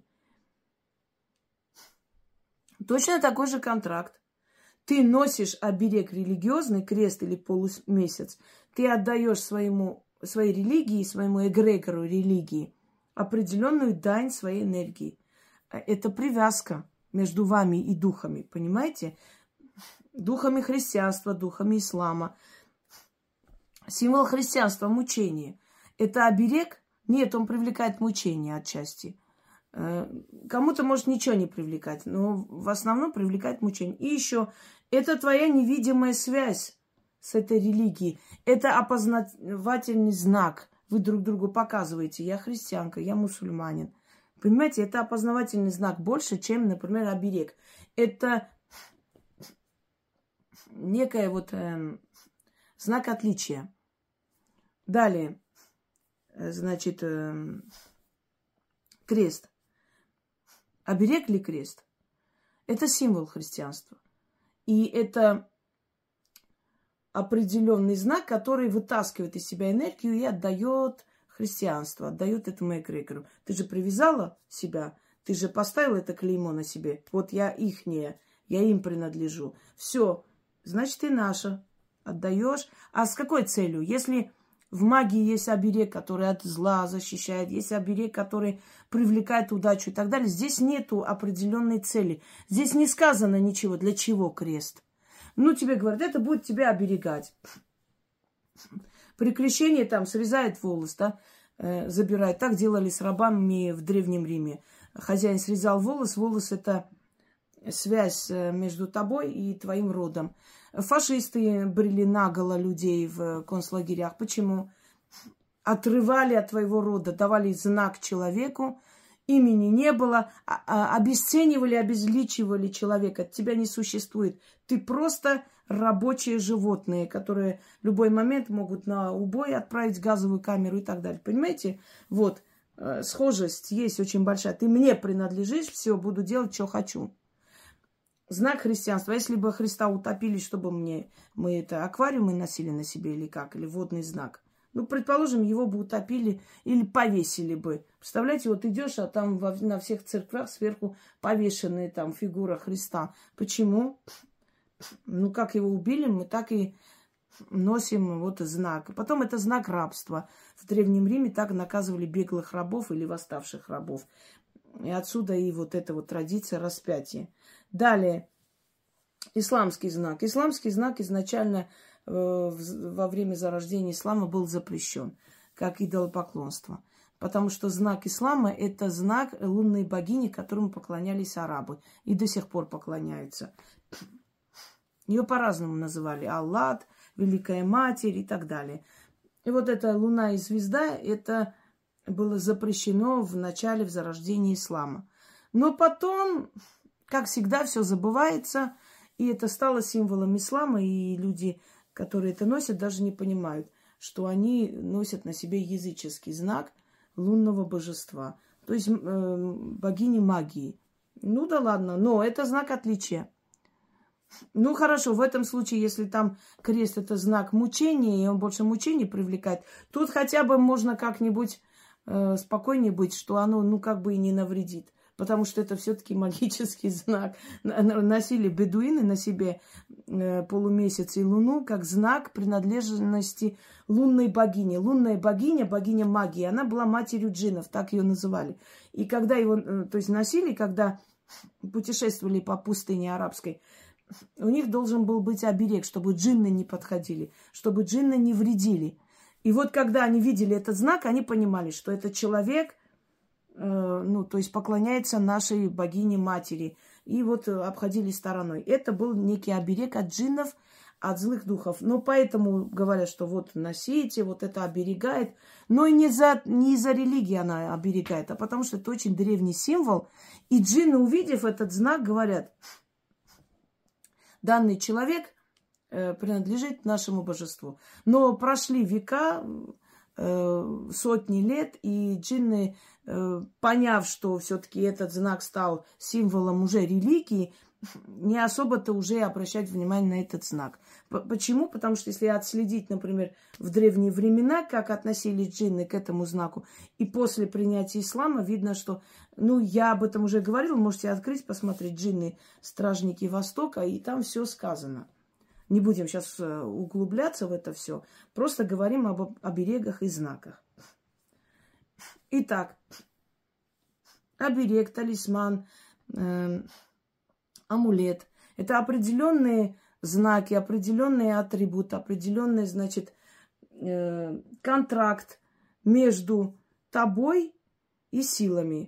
S1: Точно такой же контракт. Ты носишь оберег религиозный, крест или полумесяц, ты отдаешь своему, своей религии, своему эгрегору религии определенную дань своей энергии. Это привязка между вами и духами, понимаете? Духами христианства, духами ислама. Символ христианства – мучение. Это оберег? Нет, он привлекает мучение отчасти. Кому-то может ничего не привлекать, но в основном привлекает мучение. И еще, это твоя невидимая связь с этой религией. Это опознавательный знак. Вы друг другу показываете, я христианка, я мусульманин. Понимаете, это опознавательный знак больше, чем, например, оберег. Это некая вот э, знак отличия. Далее, значит, э, крест. Оберег ли крест? Это символ христианства. И это определенный знак, который вытаскивает из себя энергию и отдает христианство, отдает этому эгрегору. Ты же привязала себя, ты же поставила это клеймо на себе. Вот я ихняя, я им принадлежу. Все, значит, ты наша. Отдаешь. А с какой целью? Если В магии есть оберег, который от зла защищает, есть оберег, который привлекает удачу и так далее. Здесь нету определенной цели. Здесь не сказано ничего, для чего крест. Ну, тебе говорят, это будет тебя оберегать. При крещении там срезает волос, да, э, забирает. Так делали с рабами в Древнем Риме. Хозяин срезал волос. Волос – это связь между тобой и твоим родом. Фашисты брили наголо людей в концлагерях. Почему? Отрывали от твоего рода, давали знак человеку, имени не было, а, а, обесценивали, обезличивали человека. Тебя не существует. Ты просто рабочие животные, которые в любой момент могут на убой отправить газовую камеру и так далее. Понимаете? Вот. Э, схожесть есть очень большая. Ты мне принадлежишь, все, буду делать, что хочу. Знак христианства. Если бы Христа утопили, чтобы мне, мы это аквариумы носили на себе или как? Или водный знак? Ну, предположим, его бы утопили или повесили бы. Представляете, вот идешь, а там во, на всех церквях сверху повешенная там фигура Христа. Почему? Ну, как его убили, мы так и носим вот знак. Потом это знак рабства. В Древнем Риме так наказывали беглых рабов или восставших рабов. И отсюда и вот эта вот традиция распятия. Далее, исламский знак. Исламский знак изначально э, во время зарождения ислама был запрещен, как идолопоклонство. Потому что знак ислама – это знак лунной богини, которому поклонялись арабы. И до сих пор поклоняются. Ее по-разному называли. Аллат, Великая Матерь и так далее. И вот эта луна и звезда – это было запрещено в начале, в зарождении ислама. Но потом, как всегда, все забывается, и это стало символом ислама, и люди, которые это носят, даже не понимают, что они носят на себе языческий знак лунного божества, то есть э, богини магии. Ну да ладно, но это знак отличия. Ну хорошо, в этом случае, если там крест – это знак мучения, и он больше мучений привлекает, тут хотя бы можно как-нибудь э, спокойнее быть, что оно, ну, как бы и не навредит. Потому что это все-таки магический знак. Носили бедуины на себе э, полумесяц и луну как знак принадлежности лунной богини. Лунная богиня, богиня магии, она была матерью джиннов, так ее называли. И когда его, э, то есть носили, когда путешествовали по пустыне арабской, у них должен был быть оберег, чтобы джинны не подходили, чтобы джинны не вредили. И вот когда они видели этот знак, они понимали, что это человек, э, ну, то есть поклоняется нашей богине-матери. И вот обходили стороной. Это был некий оберег от джиннов, от злых духов. Но поэтому говорят, что вот носите, вот это оберегает. Но и не, за, не из-за религии она оберегает, а потому что это очень древний символ. И джинны, увидев этот знак, говорят: данный человек э, принадлежит нашему божеству. Но прошли века, э, сотни лет, и джинны, э, поняв, что все-таки этот знак стал символом уже религии, не особо-то уже обращать внимание на этот знак. Почему? Потому что если отследить, например, в древние времена, как относились джинны к этому знаку, и после принятия ислама, видно, что, ну, я об этом уже говорила, можете открыть, посмотреть джинны, стражники Востока, и там все сказано. Не будем сейчас углубляться в это все, просто говорим об оберегах и знаках. Итак, оберег, талисман, э, амулет – это определенные знаки, определенные атрибуты, определенный, значит, э, контракт между тобой и силами.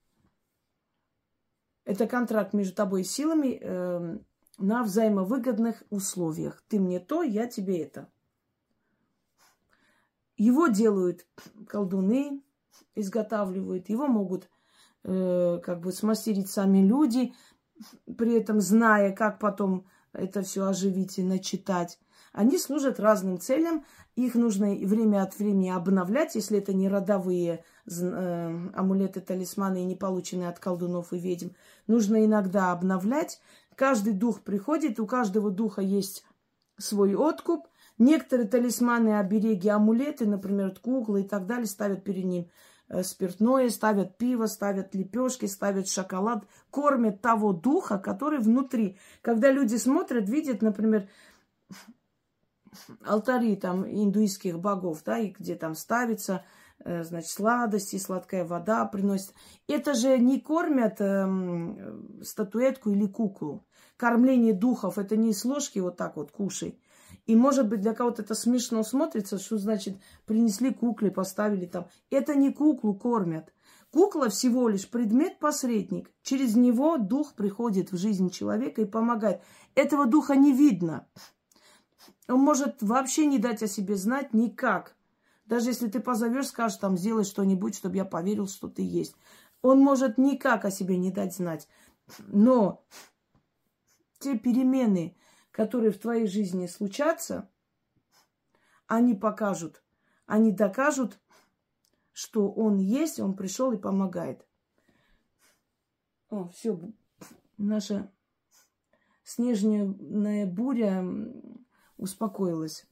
S1: Это контракт между тобой и силами э, на взаимовыгодных условиях. Ты мне то, я тебе это. Его делают колдуны, изготавливают. Его могут э, как бы смастерить сами люди, при этом зная, как потом это все оживить и начитать. Они служат разным целям. Их нужно время от времени обновлять, если это не родовые э, амулеты, талисманы и не полученные от колдунов и ведьм. Нужно иногда обновлять. Каждый дух приходит, у каждого духа есть свой откуп. Некоторые талисманы, обереги, амулеты, например, куклы и так далее, ставят перед ним спиртное, ставят пиво, ставят лепешки, ставят шоколад, кормят того духа, который внутри. Когда люди смотрят, видят, например, алтари там индуистских богов, да, и где там ставится, э, значит, сладости, сладкая вода приносит. Это же не кормят э, статуэтку или куклу. Кормление духов — это не с ложки вот так вот кушай. И, может быть, для кого-то это смешно смотрится, что значит принесли куклы, поставили там. Это не куклу кормят. Кукла всего лишь предмет-посредник. Через него дух приходит в жизнь человека и помогает. Этого духа не видно. Он может вообще не дать о себе знать никак. Даже если ты позовешь, скажешь, там, сделай что-нибудь, чтобы я поверил, что ты есть. Он может никак о себе не дать знать. Но те перемены, которые в твоей жизни случатся, они покажут, они докажут, что он есть, он пришел и помогает. О, все, наша снежная буря успокоилась.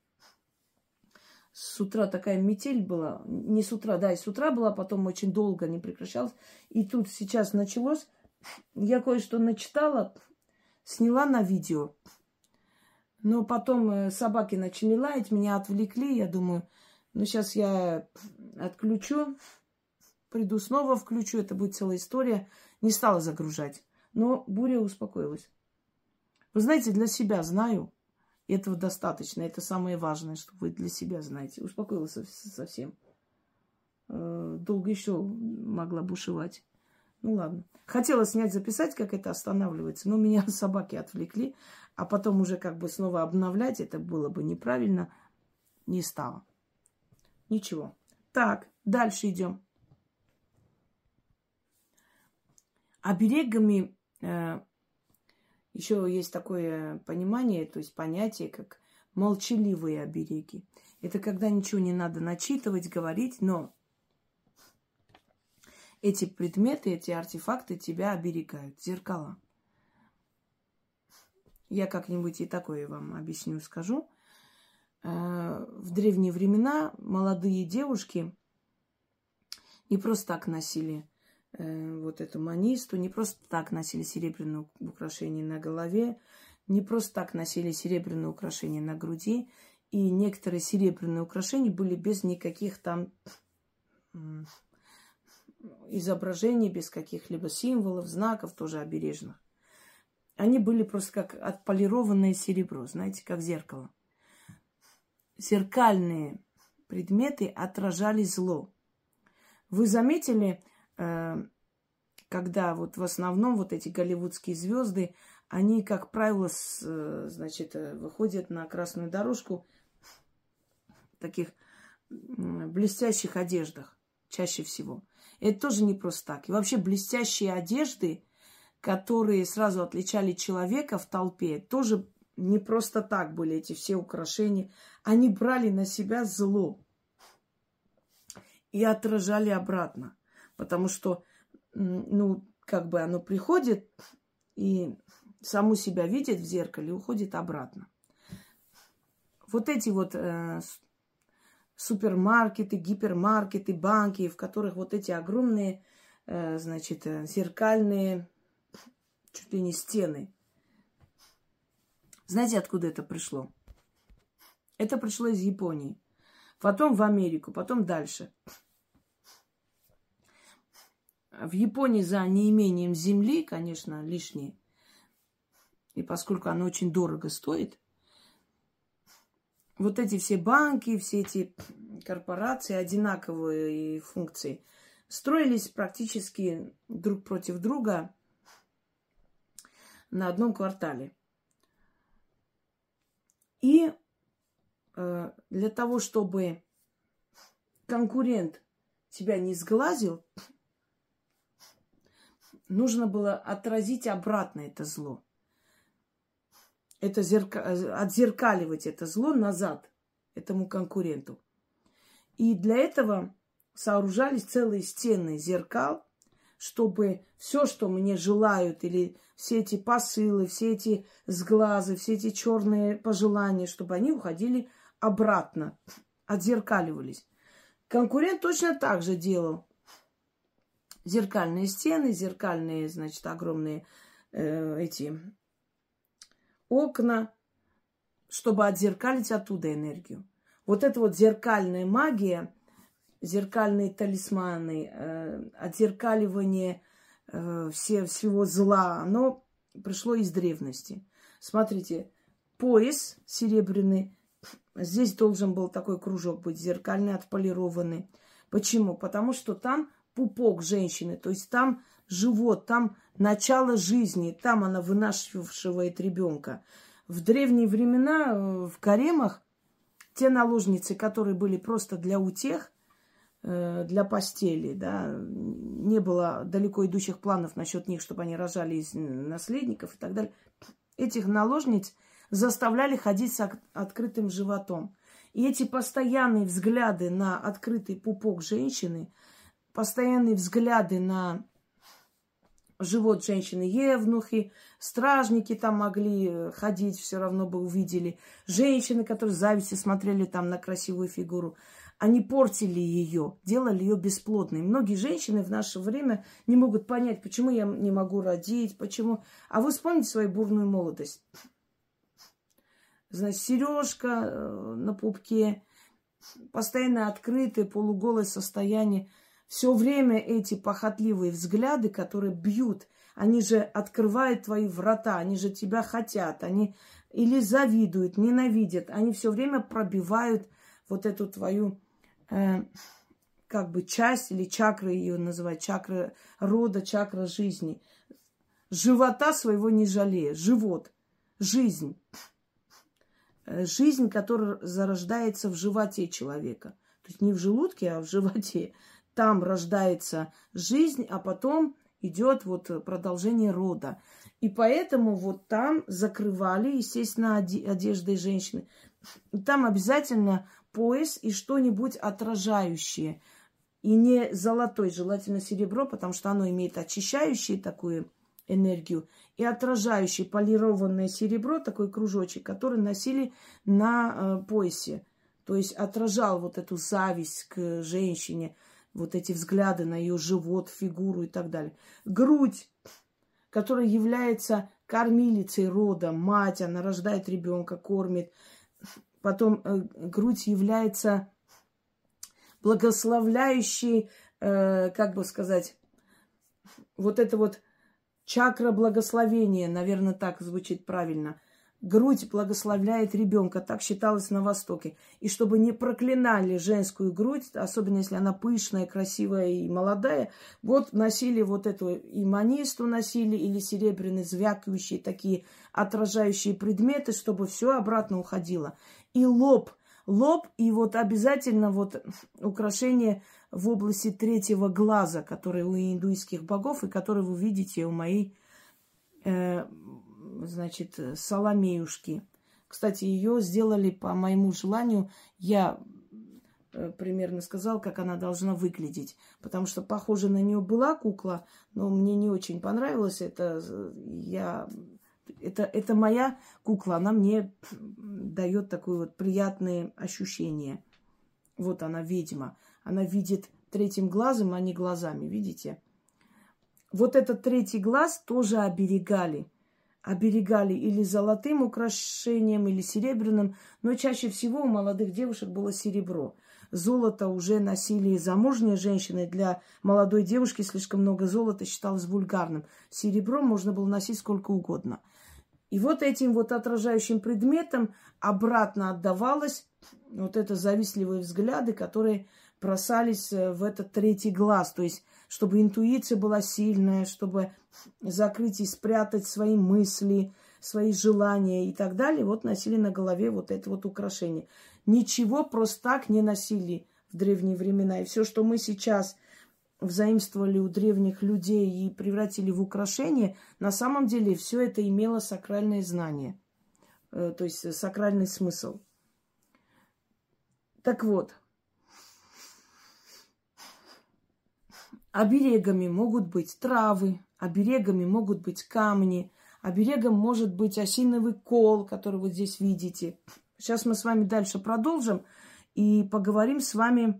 S1: С утра такая метель была. Не с утра, да, и с утра была, потом очень долго не прекращалась. И тут сейчас началось. Я кое-что начитала, сняла на видео. Но потом собаки начали лаять, меня отвлекли. Я думаю, ну сейчас я отключу, приду снова включу. Это будет целая история. Не стала загружать. Но буря успокоилась. Вы знаете, для себя знаю. Этого достаточно. Это самое важное, что вы для себя знаете. Успокоилась совсем. Долго еще могла бушевать. Ну ладно. Хотела снять, записать, как это останавливается, но меня собаки отвлекли. А потом уже как бы снова обновлять, это было бы неправильно. Не стало. Ничего. Так, дальше идем. Оберегами... Э, Еще есть такое понимание, то есть понятие, как молчаливые обереги. Это когда ничего не надо начитывать, говорить, но эти предметы, эти артефакты тебя оберегают. Зеркала. Я как-нибудь и такое вам объясню, скажу. В древние времена молодые девушки не просто так носили вот эту манисту, не просто так носили серебряные украшения на голове, не просто так носили серебряные украшения на груди, и некоторые серебряные украшения были без никаких там изображений, без каких-либо символов, знаков, тоже обережных. Они были просто как отполированное серебро, знаете, как зеркало. Зеркальные предметы отражали зло. Вы заметили, когда вот в основном вот эти голливудские звезды, они, как правило, с, значит, выходят на красную дорожку в таких блестящих одеждах чаще всего. Это тоже не просто так. И вообще блестящие одежды, которые сразу отличали человека в толпе, тоже не просто так были эти все украшения. Они брали на себя зло и отражали обратно. Потому что, ну, как бы оно приходит и саму себя видит в зеркале и уходит обратно. Вот эти вот э, супермаркеты, гипермаркеты, банки, в которых вот эти огромные, э, значит, зеркальные, чуть ли не стены. Знаете, откуда это пришло? Это пришло из Японии. Потом в Америку, потом дальше. В Японии за неимением земли, конечно, лишнее. И поскольку оно очень дорого стоит, вот эти все банки, все эти корпорации, одинаковые функции, строились практически друг против друга на одном квартале. И э, для того, чтобы конкурент тебя не сглазил, нужно было отразить обратно это зло. Это зерка... отзеркаливать это зло назад этому конкуренту. И для этого сооружались целые стены зеркал, чтобы все, что мне желают, или все эти посылы, все эти сглазы, все эти черные пожелания, чтобы они уходили обратно, отзеркаливались. Конкурент точно так же делал. Зеркальные стены, зеркальные, значит, огромные э, эти окна, чтобы отзеркалить оттуда энергию. Вот эта вот зеркальная магия, зеркальные талисманы, э, отзеркаливание э, все, всего зла, оно пришло из древности. Смотрите, пояс серебряный, здесь должен был такой кружок быть зеркальный, отполированный. Почему? Потому что там пупок женщины, то есть там живот, там начало жизни, там она вынашивает ребенка. В древние времена в гаремах те наложницы, которые были просто для утех, для постели, да, не было далеко идущих планов насчет них, чтобы они рожали из наследников и так далее. Этих наложниц заставляли ходить с открытым животом. И эти постоянные взгляды на открытый пупок женщины, постоянные взгляды на живот женщины, евнухи, стражники там могли ходить, все равно бы увидели. Женщины, которые с завистью смотрели там на красивую фигуру, они портили ее, делали ее бесплодной. Многие женщины в наше время не могут понять, почему я не могу родить, почему. А вы вспомните свою бурную молодость. Значит, сережка на пупке, постоянно открытое, полуголое состояние. Все время эти похотливые взгляды, которые бьют, они же открывают твои врата, они же тебя хотят, они или завидуют, ненавидят, они все время пробивают вот эту твою э, как бы часть или чакры ее называют, чакра рода, чакра жизни. Живота своего не жалея, живот, жизнь. Жизнь, которая зарождается в животе человека. То есть не в желудке, а в животе. Там рождается жизнь, а потом идет вот продолжение рода. И поэтому вот там закрывали, естественно, одеждой женщины. И там обязательно пояс и что-нибудь отражающее. И не золотой, желательно серебро, потому что оно имеет очищающую такую энергию. И отражающее полированное серебро, такой кружочек, который носили на э, поясе. То есть отражал вот эту зависть к женщине, вот эти взгляды на ее живот, фигуру и так далее. Грудь, которая является кормилицей рода, мать, она рождает ребенка, кормит. Потом э, грудь является благословляющей, э, как бы сказать, вот это вот чакра благословения, наверное, так звучит правильно. Грудь благословляет ребенка, так считалось на Востоке. И чтобы не проклинали женскую грудь, особенно если она пышная, красивая и молодая, вот носили вот эту иманисту носили или серебряные звякающие такие отражающие предметы, чтобы все обратно уходило. И лоб, лоб и вот обязательно вот украшение в области третьего глаза, которое у индуистских богов и которое вы видите у моей э, значит, Соломеюшки. Кстати, ее сделали по моему желанию. Я э, примерно сказала, как она должна выглядеть. Потому что похоже на нее была кукла, но мне не очень понравилось. Это, я, это, это моя кукла. Она мне дает такое вот приятное ощущение. Вот она, ведьма. Она видит третьим глазом, а не глазами. Видите? Вот этот третий глаз тоже оберегали. Оберегали или золотым украшением, или серебряным, но чаще всего у молодых девушек было серебро. Золото уже носили замужние женщины. Для молодой девушки слишком много золота считалось вульгарным. Серебро можно было носить сколько угодно. И вот этим вот отражающим предметом обратно отдавалось вот это завистливые взгляды, которые бросались в этот третий глаз. То есть, чтобы интуиция была сильная, чтобы закрыть и спрятать свои мысли, свои желания и так далее. Вот носили на голове вот это вот украшение. Ничего просто так не носили в древние времена. И все, что мы сейчас взаимствовали у древних людей и превратили в украшение, на самом деле все это имело сакральное знание. То есть сакральный смысл. Так вот. Оберегами могут быть травы, оберегами могут быть камни, оберегом может быть осиновый кол, который вы здесь видите. Сейчас мы с вами дальше продолжим и поговорим с вами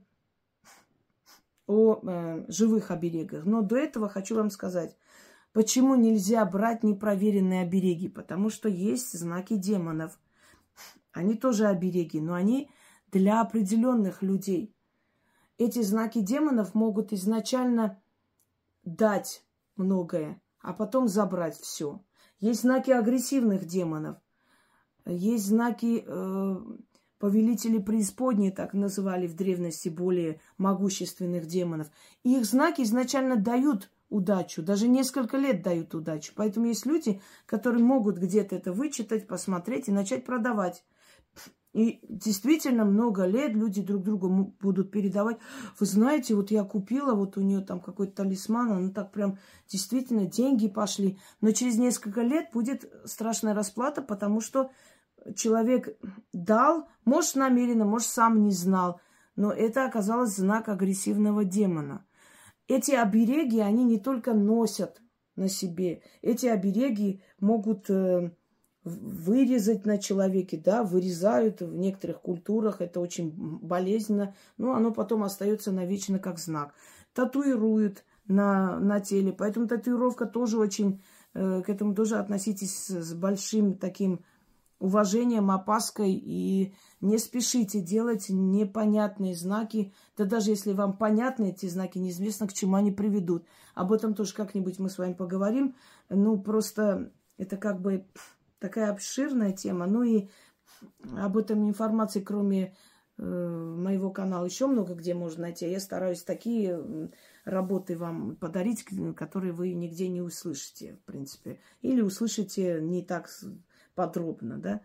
S1: о э, живых оберегах. Но до этого хочу вам сказать, почему нельзя брать непроверенные обереги. Потому что есть знаки демонов. Они тоже обереги, но они для определенных людей. Эти знаки демонов могут изначально дать многое, а потом забрать все. Есть знаки агрессивных демонов, есть знаки э, повелителей преисподней, так называли в древности более могущественных демонов. И их знаки изначально дают удачу, даже несколько лет дают удачу. Поэтому есть люди, которые могут где-то это вычитать, посмотреть и начать продавать. И действительно много лет люди друг другу будут передавать. Вы знаете, вот я купила, вот у нее там какой-то талисман, она так прям действительно деньги пошли. Но через несколько лет будет страшная расплата, потому что человек дал, может намеренно, может сам не знал, но это оказалось знак агрессивного демона. Эти обереги, они не только носят на себе, эти обереги могут э, вырезать на человеке, да, вырезают в некоторых культурах, это очень болезненно, но оно потом остается навечно как знак. Татуируют на, на теле, поэтому татуировка тоже очень, э, к этому тоже относитесь с, с большим таким уважением, опаской, и не спешите делать непонятные знаки. Да даже если вам понятны эти знаки, неизвестно, к чему они приведут. Об этом тоже как-нибудь мы с вами поговорим. Ну, просто это как бы такая обширная тема. Ну и об этом информации, кроме э, моего канала, еще много где можно найти. Я стараюсь такие работы вам подарить, которые вы нигде не услышите, в принципе. Или услышите не так подробно, да.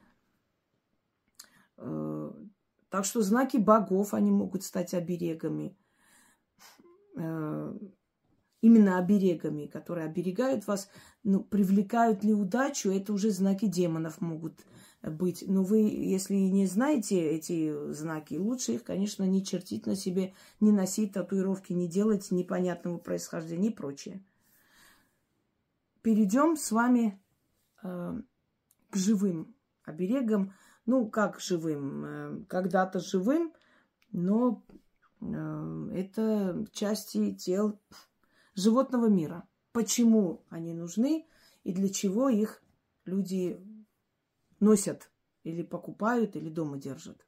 S1: Так что знаки богов, они могут стать оберегами. Именно оберегами, которые оберегают вас. Ну, привлекают ли удачу, это уже знаки демонов могут быть. Но вы, если не знаете эти знаки, лучше их, конечно, не чертить на себе, не носить татуировки, не делать непонятного происхождения и прочее. Перейдем с вами э, к живым оберегам. Ну, как живым? Когда-то живым, но это части тел животного мира. Почему они нужны и для чего их люди носят или покупают, или дома держат?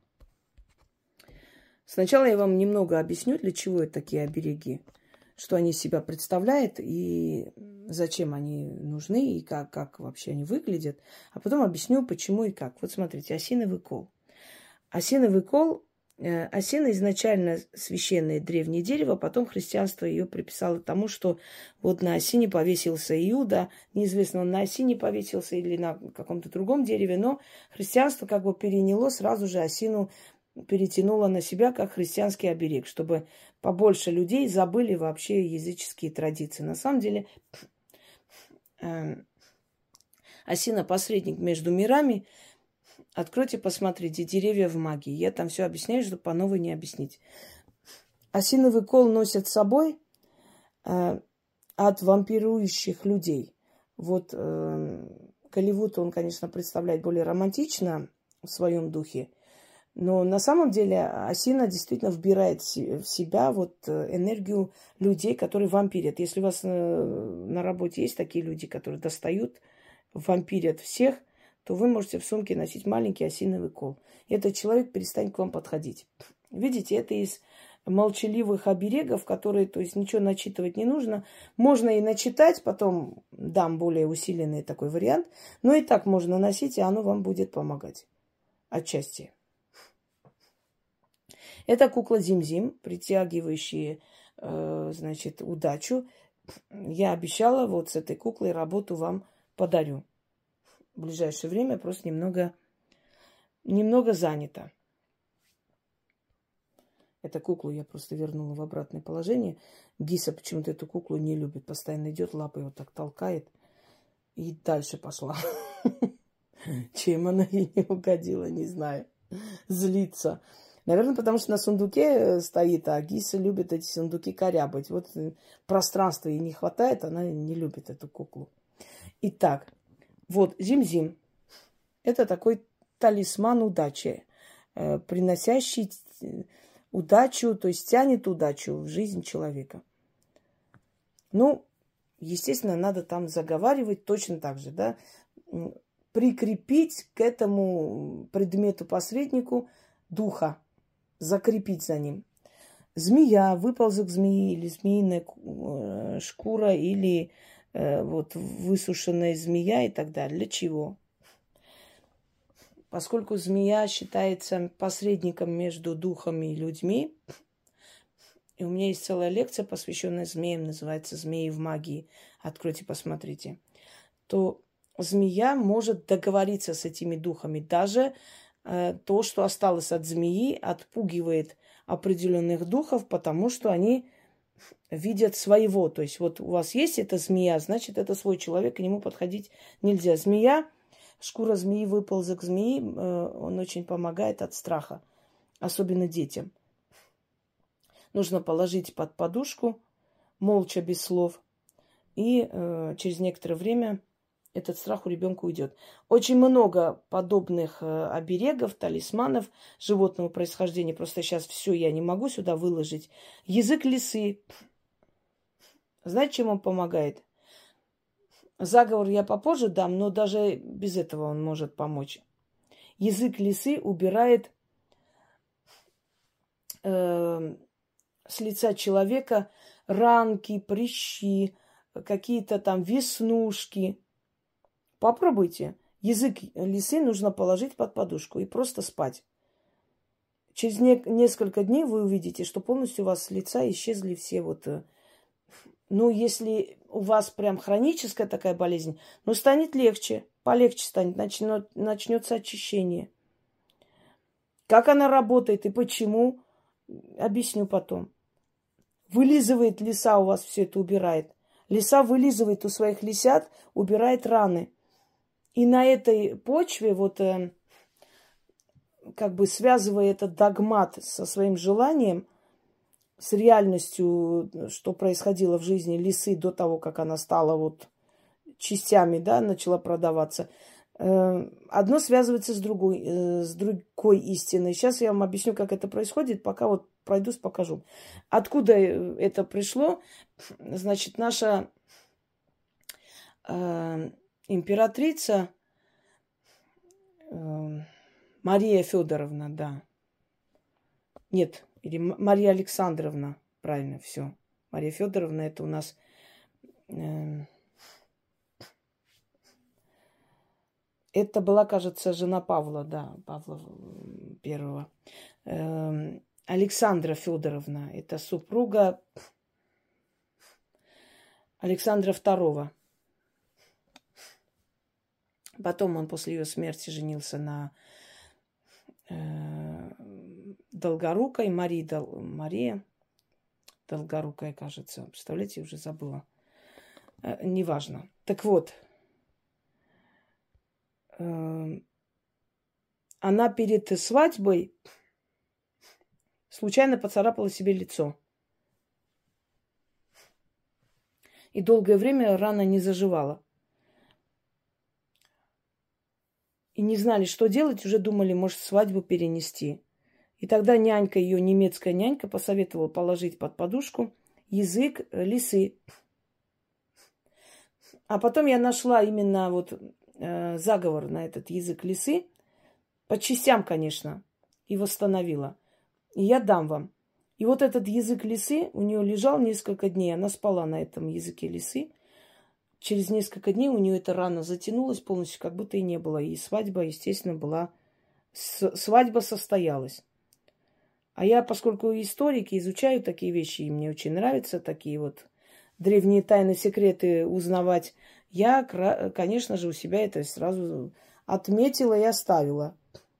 S1: Сначала я вам немного объясню, для чего это такие обереги, что они из себя представляют и зачем они нужны, и как, как вообще они выглядят. А потом объясню, почему и как. Вот смотрите, осиновый кол. Осиновый кол, э, осина изначально священное древнее дерево, потом христианство ее приписало тому, что вот на осине повесился Иуда, неизвестно, он на осине повесился или на каком-то другом дереве, но христианство как бы переняло сразу же осину, перетянуло на себя как христианский оберег, чтобы побольше людей забыли вообще языческие традиции. На самом деле э, осина посредник между мирами. Откройте, посмотрите, деревья в магии. Я там все объясняю, чтобы по новой не объяснить. Осиновый кол носят с собой э, от вампирующих людей. Вот э, Голливуд, он, конечно, представляет более романтично в своем духе. Но на самом деле осина действительно вбирает в себя вот энергию людей, которые вампирят. Если у вас на работе есть такие люди, которые достают, вампирят всех, то вы можете в сумке носить маленький осиновый кол. И этот человек перестанет к вам подходить. Видите, это из молчаливых оберегов, которые, то есть ничего начитывать не нужно. Можно и начитать, потом дам более усиленный такой вариант. Но и так можно носить, и оно вам будет помогать отчасти. Это кукла Зим-Зим, притягивающая, э, значит, удачу. Я обещала вот с этой куклой работу вам подарю. В ближайшее время просто немного, немного занята. Эту куклу я просто вернула в обратное положение. Гиса почему-то эту куклу не любит. Постоянно идет, лапой вот так толкает. И дальше пошла. Чем она ей не угодила, не знаю. Злится. Наверное, потому что на сундуке стоит, а Гиса любит эти сундуки корябать. Вот пространства ей не хватает, она не любит эту куклу. Итак, вот Зим-Зим. Это такой талисман удачи, приносящий удачу, то есть тянет удачу в жизнь человека. Ну, естественно, надо там заговаривать точно так же, да. прикрепить к этому предмету-посреднику духа, закрепить за ним. Змея, выползок змеи или змеиная шкура, или э, вот высушенная змея и так далее. Для чего? Поскольку змея считается посредником между духами и людьми, и у меня есть целая лекция, посвященная змеям, называется «Змеи в магии». Откройте, посмотрите. То змея может договориться с этими духами. Даже э, то, что осталось от змеи, отпугивает определенных духов, потому что они видят своего. То есть вот у вас есть эта змея, значит, это свой человек, к нему подходить нельзя. Змея, шкура змеи, выползок змеи, э, он очень помогает от страха, особенно детям. Нужно положить под подушку, молча, без слов, и э, через некоторое время этот страх у ребенка уйдет. Очень много подобных э, оберегов, талисманов животного происхождения. Просто сейчас все я не могу сюда выложить. Язык лисы. Знаете, чем он помогает? Заговор я попозже дам, но даже без этого он может помочь. Язык лисы убирает э, с лица человека ранки, прыщи, какие-то там веснушки. Попробуйте. Язык лисы нужно положить под подушку и просто спать. Через не- несколько дней вы увидите, что полностью у вас с лица исчезли все вот... Ну, если у вас прям хроническая такая болезнь, ну, станет легче, полегче станет, начнет, начнется очищение. Как она работает и почему, объясню потом. Вылизывает лиса у вас все это, убирает. Лиса вылизывает у своих лисят, убирает раны. И на этой почве, вот э, как бы связывая этот догмат со своим желанием, с реальностью, что происходило в жизни лисы до того, как она стала вот частями, да, начала продаваться, э, одно связывается с другой, э, с другой истиной. Сейчас я вам объясню, как это происходит, пока вот пройдусь, покажу. Откуда это пришло? Значит, наша э, императрица э, Мария Федоровна, да. Нет, или Мария Александровна, правильно, все. Мария Федоровна, это у нас э, это была, кажется, жена Павла, да, Павла Первого. Э, Александра Федоровна, это супруга Александра Второго. Потом он после ее смерти женился на э, Долгорукой, Марии Дол... Мария Долгорукая, кажется. Представляете, уже забыла. Э, неважно. Так вот, э, она перед свадьбой случайно поцарапала себе лицо. И долгое время рана не заживала. И не знали, что делать, уже думали, может, свадьбу перенести. И тогда нянька, ее немецкая нянька, посоветовала положить под подушку язык лисы. А потом я нашла именно вот э, заговор на этот язык лисы, по частям, конечно, и восстановила. И я дам вам. И вот этот язык лисы у нее лежал несколько дней. Она спала на этом языке лисы. Через несколько дней у нее эта рана затянулась полностью, как будто и не было. И свадьба, естественно, была... Свадьба состоялась. А я, поскольку историки, изучаю такие вещи, и мне очень нравятся такие вот древние тайны, секреты узнавать, я, конечно же, у себя это сразу отметила и оставила.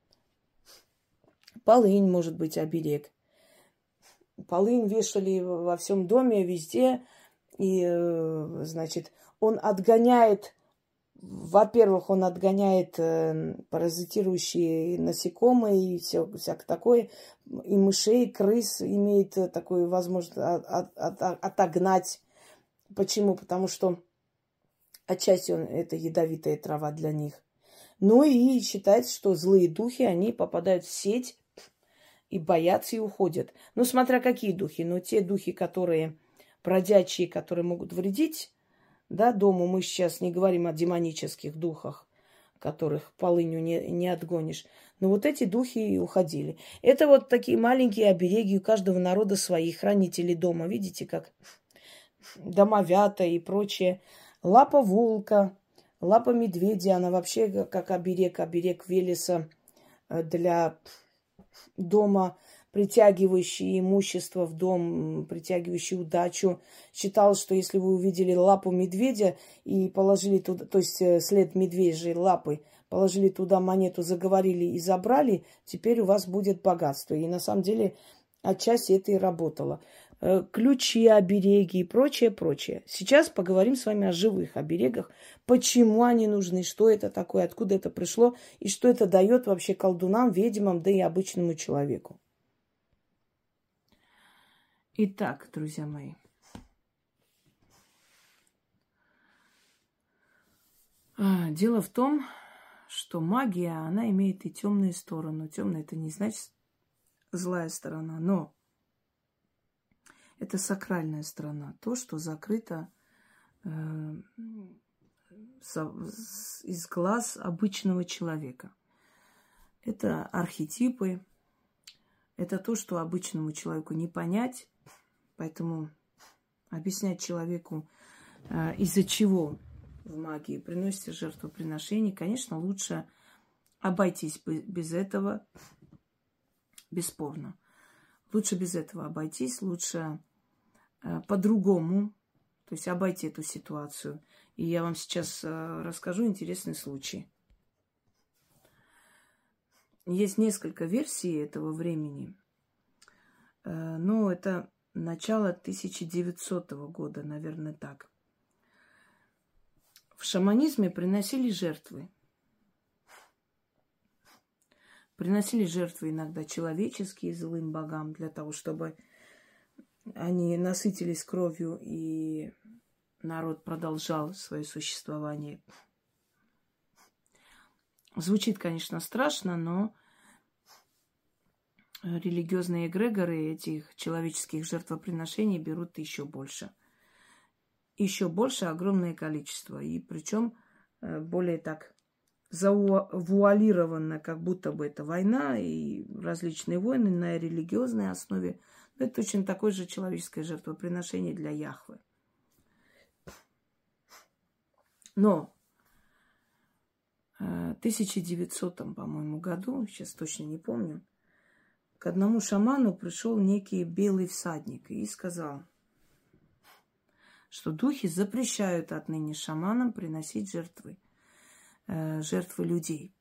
S1: Полынь, может быть, оберег. Полынь вешали во всем доме, везде. И, значит, он отгоняет, во-первых, он отгоняет паразитирующие насекомые и все, всякое такое. И мышей, крыс имеет такую возможность от, от, от, отогнать. Почему? Потому что отчасти он, это ядовитая трава для них. Ну и считается, что злые духи, они попадают в сеть и боятся, и уходят. Ну, смотря какие духи. Но те духи, которые бродячие, которые могут вредить, да, дому, мы сейчас не говорим о демонических духах, которых полынью не, не отгонишь. Но вот эти духи и уходили. Это вот такие маленькие обереги, у каждого народа свои, хранители дома. Видите, как домовята и прочее. Лапа волка, лапа медведя, она вообще как оберег, оберег Велеса для дома, притягивающий имущество в дом, притягивающий удачу. Считалось, что если вы увидели лапу медведя и положили туда, то есть след медвежьей лапы, положили туда монету, заговорили и забрали, теперь у вас будет богатство. И на самом деле отчасти это и работало. Ключи, обереги и прочее, прочее. Сейчас поговорим с вами о живых оберегах. Почему они нужны, что это такое, откуда это пришло и что это дает вообще колдунам, ведьмам, да и обычному человеку. Итак, друзья мои. Дело в том, что магия, она имеет и темную сторону. Темная — это не значит злая сторона, но это сакральная сторона. То, что закрыто э, со, из глаз обычного человека. Это архетипы. Это то, что обычному человеку не понять. Поэтому объяснять человеку, э, из-за чего в магии приносите жертвоприношение, конечно, лучше обойтись без этого, бесспорно. Лучше без этого обойтись, лучше э, по-другому, то есть обойти эту ситуацию. И я вам сейчас э, расскажу интересный случай. Есть несколько версий этого времени, э, но это начало тысяча девятисотого года, наверное, так. В шаманизме приносили жертвы. Приносили жертвы иногда человеческие злым богам для того, чтобы они насытились кровью и народ продолжал свое существование. Звучит, конечно, страшно, но религиозные эгрегоры этих человеческих жертвоприношений берут еще больше. Еще больше, огромное количество. И причем более так завуалированно, как будто бы это война и различные войны на религиозной основе. Но это точно такое же человеческое жертвоприношение для Яхвы. Но в тысяча девятисотом, по-моему, году, сейчас точно не помню, к одному шаману пришел некий белый всадник и сказал, что духи запрещают отныне шаманам приносить жертвы, э, жертвы людей.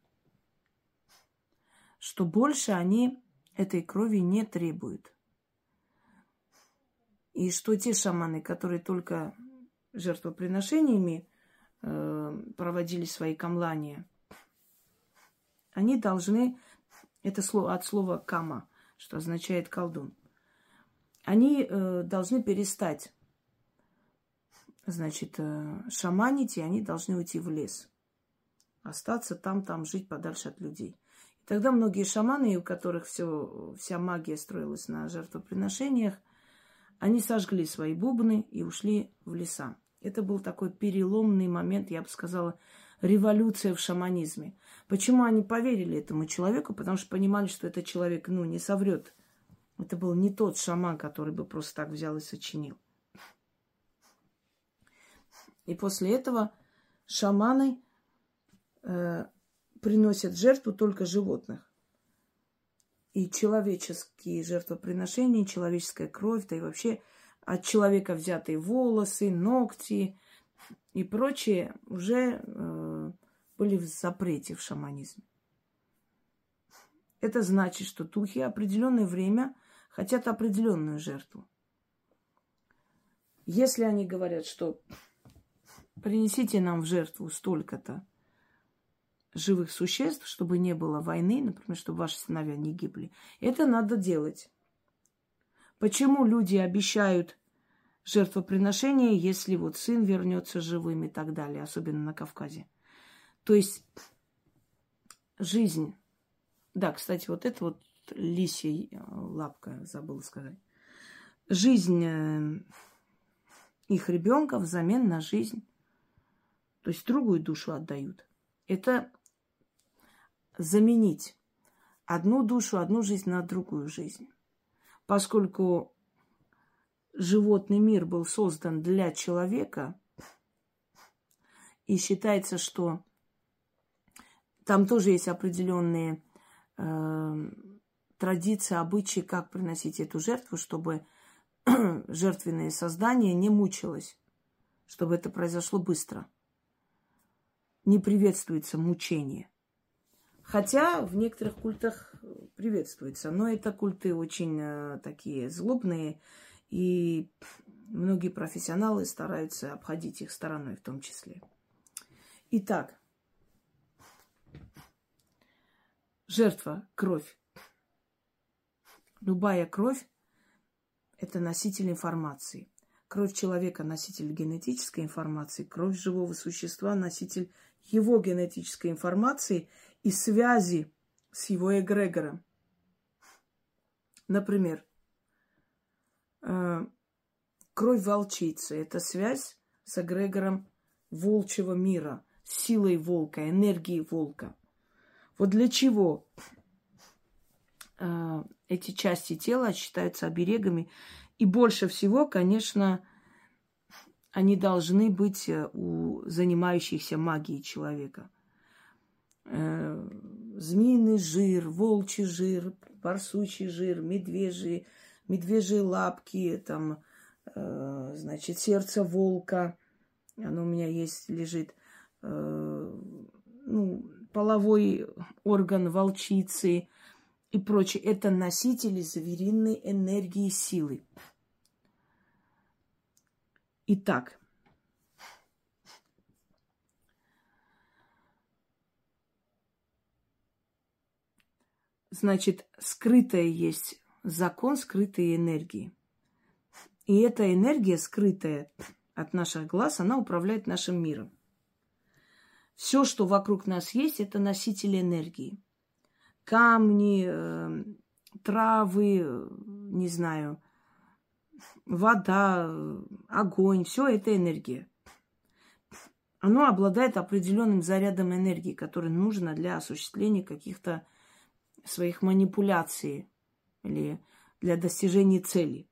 S1: Что больше они этой крови не требуют. И что те шаманы, которые только жертвоприношениями э, проводили свои камлания, они должны, это слово, от слова кама, что означает колдун, они э, должны перестать Значит, шаманить, и они должны уйти в лес. Остаться там, там, жить подальше от людей. И тогда многие шаманы, у которых все, вся магия строилась на жертвоприношениях, они сожгли свои бубны и ушли в леса. Это был такой переломный момент, я бы сказала, революция в шаманизме. Почему они поверили этому человеку? Потому что понимали, что этот человек, ну, не соврет. Это был не тот шаман, который бы просто так взял и сочинил. И после этого шаманы э, приносят жертву только животных. И человеческие жертвоприношения, человеческая кровь, да и вообще от человека взятые волосы, ногти и прочее уже э, были в запрете в шаманизме. Это значит, что духи определенное время хотят определенную жертву. Если они говорят, что принесите нам в жертву столько-то живых существ, чтобы не было войны, например, чтобы ваши сыновья не гибли. Это надо делать. Почему люди обещают жертвоприношение, если вот сын вернется живым и так далее, особенно на Кавказе? То есть жизнь... Да, кстати, вот это вот лисья лапка, забыла сказать. Жизнь их ребенка взамен на жизнь. То есть другую душу отдают. Это заменить одну душу, одну жизнь на другую жизнь. Поскольку животный мир был создан для человека, и считается, что там тоже есть определенные э, традиции, обычаи, как приносить эту жертву, чтобы жертвенное создание не мучилось, чтобы это произошло быстро. Не приветствуется мучение. Хотя в некоторых культах приветствуется, но это культы очень э, такие злобные, и многие профессионалы стараются обходить их стороной в том числе. Итак, жертва – кровь. Любая кровь – это носитель информации. Кровь человека – носитель генетической информации, кровь живого существа – носитель его генетической информации и связи с его эгрегором. Например, кровь волчицы – это связь с эгрегором волчьего мира, силой волка, энергией волка. Вот для чего э, эти части тела считаются оберегами. И больше всего, конечно, они должны быть у занимающихся магией человека. Э, змеиный жир, волчий жир, барсучий жир, медвежий, медвежьи лапки, там, э, значит, сердце волка. Оно у меня есть, лежит. Э, ну, половой орган волчицы и прочее. Это носители звериной энергии и силы. Итак, значит, скрытая есть закон скрытой энергии. И эта энергия, скрытая от наших глаз, она управляет нашим миром. Все, что вокруг нас есть, это носители энергии. Камни, э, травы, э, не знаю, вода, э, огонь, все это энергия. Оно обладает определенным зарядом энергии, который нужно для осуществления каких-то своих манипуляций или для достижения целей.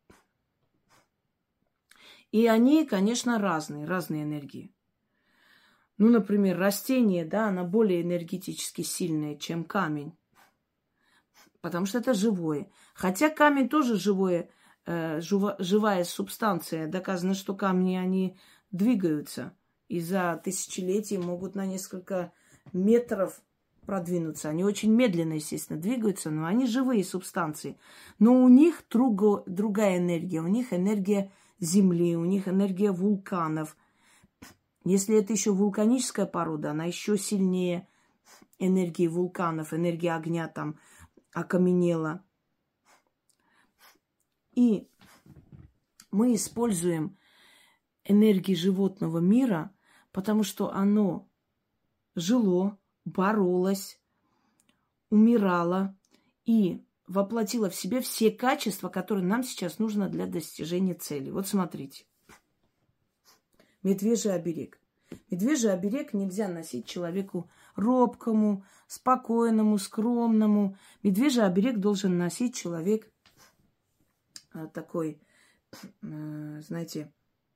S1: И они, конечно, разные, разные энергии. Ну, например, растение, да, оно более энергетически сильное, чем камень. Потому что это живое. Хотя камень тоже живое, э, жива, живая субстанция. Доказано, что камни, они двигаются. И за тысячелетия могут на несколько метров продвинуться. Они очень медленно, естественно, двигаются, но они живые субстанции. Но у них друго, другая энергия. У них энергия земли, у них энергия вулканов. Если это еще вулканическая порода, она еще сильнее энергии вулканов, энергия огня там окаменела. И мы используем энергии животного мира, потому что оно жило, боролось, умирало и воплотило в себе все качества, которые нам сейчас нужно для достижения цели. Вот смотрите. Медвежий оберег. Медвежий оберег нельзя носить человеку робкому, спокойному, скромному. Медвежий оберег должен носить человек такой, знаете,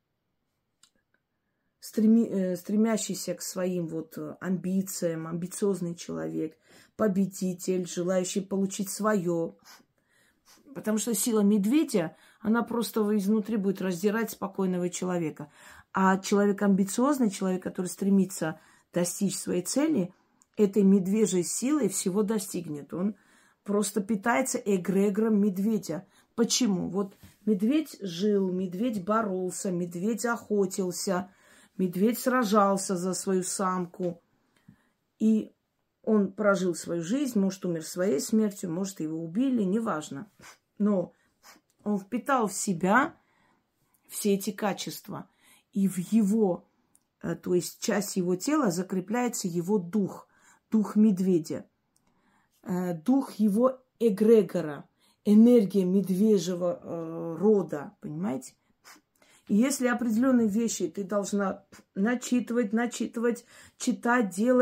S1: стреми, стремящийся к своим вот амбициям, амбициозный человек, победитель, желающий получить свое. Потому что сила медведя, она просто изнутри будет раздирать спокойного человека. А человек амбициозный, человек, который стремится достичь своей цели, этой медвежьей силой всего достигнет. Он просто питается эгрегором медведя. Почему? Вот медведь жил, медведь боролся, медведь охотился, медведь сражался за свою самку. И он прожил свою жизнь, может, умер своей смертью, может, его убили, неважно. Но он впитал в себя все эти качества. И в его, то есть часть его тела закрепляется его дух, дух медведя, дух его эгрегора, энергия медвежьего э, рода, понимаете? И если определенные вещи ты должна начитывать, начитывать, читать, делать,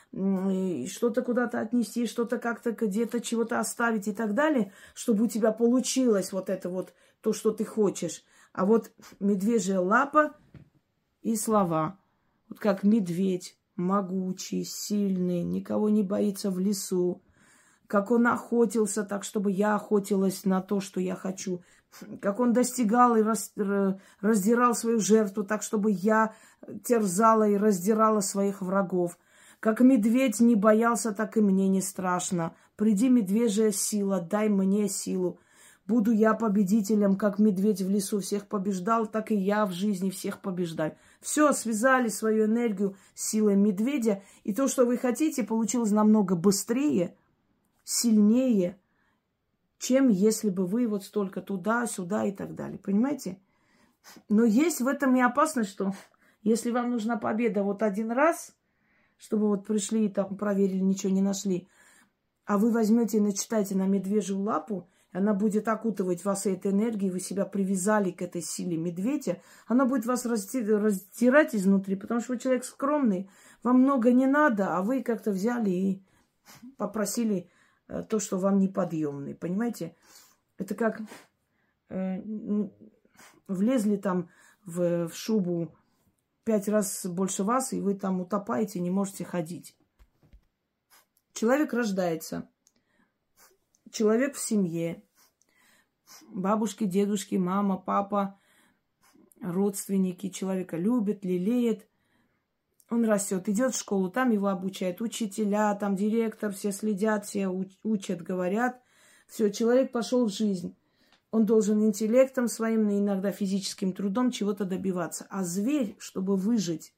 S1: что-то куда-то отнести, что-то как-то где-то чего-то оставить и так далее, чтобы у тебя получилось вот это вот, то, что ты хочешь. А вот медвежья лапа и слова. Вот как медведь, могучий, сильный, никого не боится в лесу. Как он охотился так, чтобы я охотилась на то, что я хочу. Как он достигал и раз, раздирал свою жертву так, чтобы я терзала и раздирала своих врагов. Как медведь не боялся, так и мне не страшно. Приди, медвежья сила, дай мне силу. Буду я победителем, как медведь в лесу всех побеждал, так и я в жизни всех побеждаю. Все, связали свою энергию с силой медведя, и то, что вы хотите, получилось намного быстрее, сильнее, чем если бы вы вот столько туда, сюда и так далее. Понимаете? Но есть в этом и опасность, что если вам нужна победа вот один раз, чтобы вот пришли и там проверили, ничего не нашли, а вы возьмете и начитаете на медвежью лапу, она будет окутывать вас этой энергией, вы себя привязали к этой силе медведя, она будет вас раздирать изнутри, потому что вы человек скромный, вам много не надо, а вы как-то взяли и попросили то, что вам неподъемный, понимаете? Это как э, влезли там в, в шубу пять раз больше вас, и вы там утопаете, не можете ходить. Человек рождается, человек в семье, бабушки, дедушки, мама, папа, родственники человека любят, лелеют. Он растет, идет в школу, там его обучают учителя, там директор, все следят, все учат, говорят. Все, человек пошел в жизнь. Он должен интеллектом своим, иногда физическим трудом чего-то добиваться. А зверь, чтобы выжить,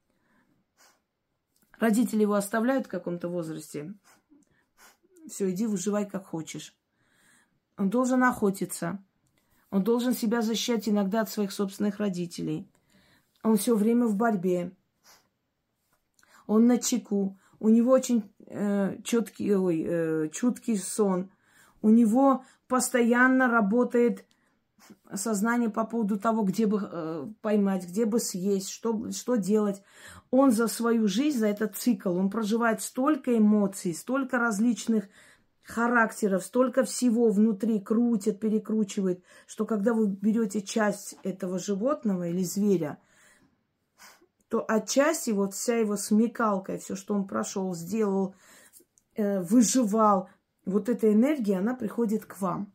S1: родители его оставляют в каком-то возрасте. Все, иди выживай как хочешь. Он должен охотиться. Он должен себя защищать иногда от своих собственных родителей. Он все время в борьбе. Он начеку, у него очень э, четкий, ой, э, чуткий сон, у него постоянно работает сознание по поводу того, где бы э, поймать, где бы съесть, что, что делать. Он за свою жизнь, за этот цикл, он проживает столько эмоций, столько различных характеров, столько всего внутри крутит, перекручивает, что когда вы берете часть этого животного или зверя, то отчасти вот вся его смекалка, все, что он прошел, сделал, э, выживал, вот эта энергия, она приходит к вам.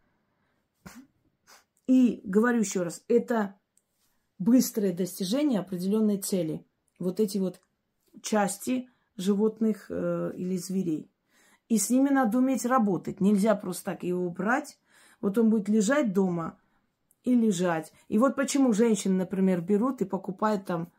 S1: И говорю еще раз, это быстрое достижение определенной цели. Вот эти вот части животных э, или зверей. И с ними надо уметь работать. Нельзя просто так его убрать. Вот он будет лежать дома и лежать. И вот почему женщины, например, берут и покупают там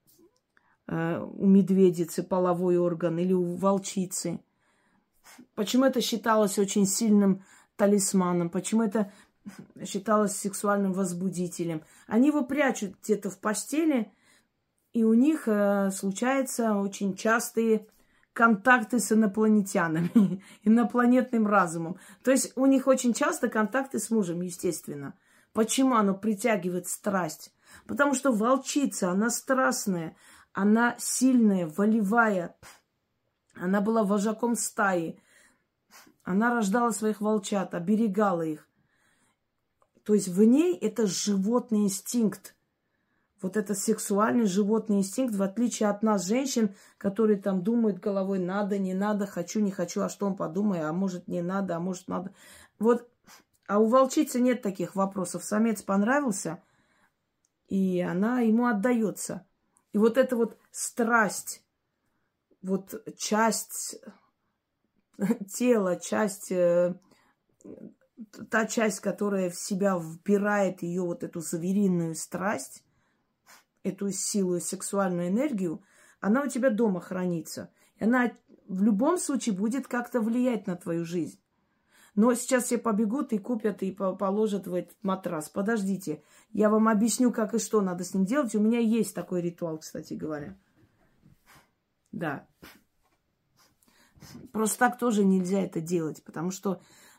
S1: у медведицы половой орган или у волчицы. Почему это считалось очень сильным талисманом? Почему это считалось сексуальным возбудителем? Они его прячут где-то в постели, и у них э, случаются очень частые контакты с инопланетянами, инопланетным разумом. То есть у них очень часто контакты с мужем, естественно. Почему оно притягивает страсть? Потому что волчица, она страстная, она сильная, волевая. Она была вожаком стаи. Она рождала своих волчат, оберегала их. То есть в ней это животный инстинкт. Вот это сексуальный животный инстинкт, в отличие от нас, женщин, которые там думают головой, надо, не надо, хочу, не хочу, а что он подумает, а может не надо, а может надо. Вот, а у волчицы нет таких вопросов. Самец понравился, и она ему отдается. И вот эта вот страсть, вот часть тела, часть, та часть, которая в себя вбирает ее вот эту звериную страсть, эту силу, сексуальную энергию, она у тебя дома хранится. И она в любом случае будет как-то влиять на твою жизнь. Но сейчас все побегут и купят, и положат в этот матрас. Подождите, я вам объясню, как и что надо с ним делать. У меня есть такой ритуал, кстати говоря. Да. Просто так тоже нельзя это делать, потому что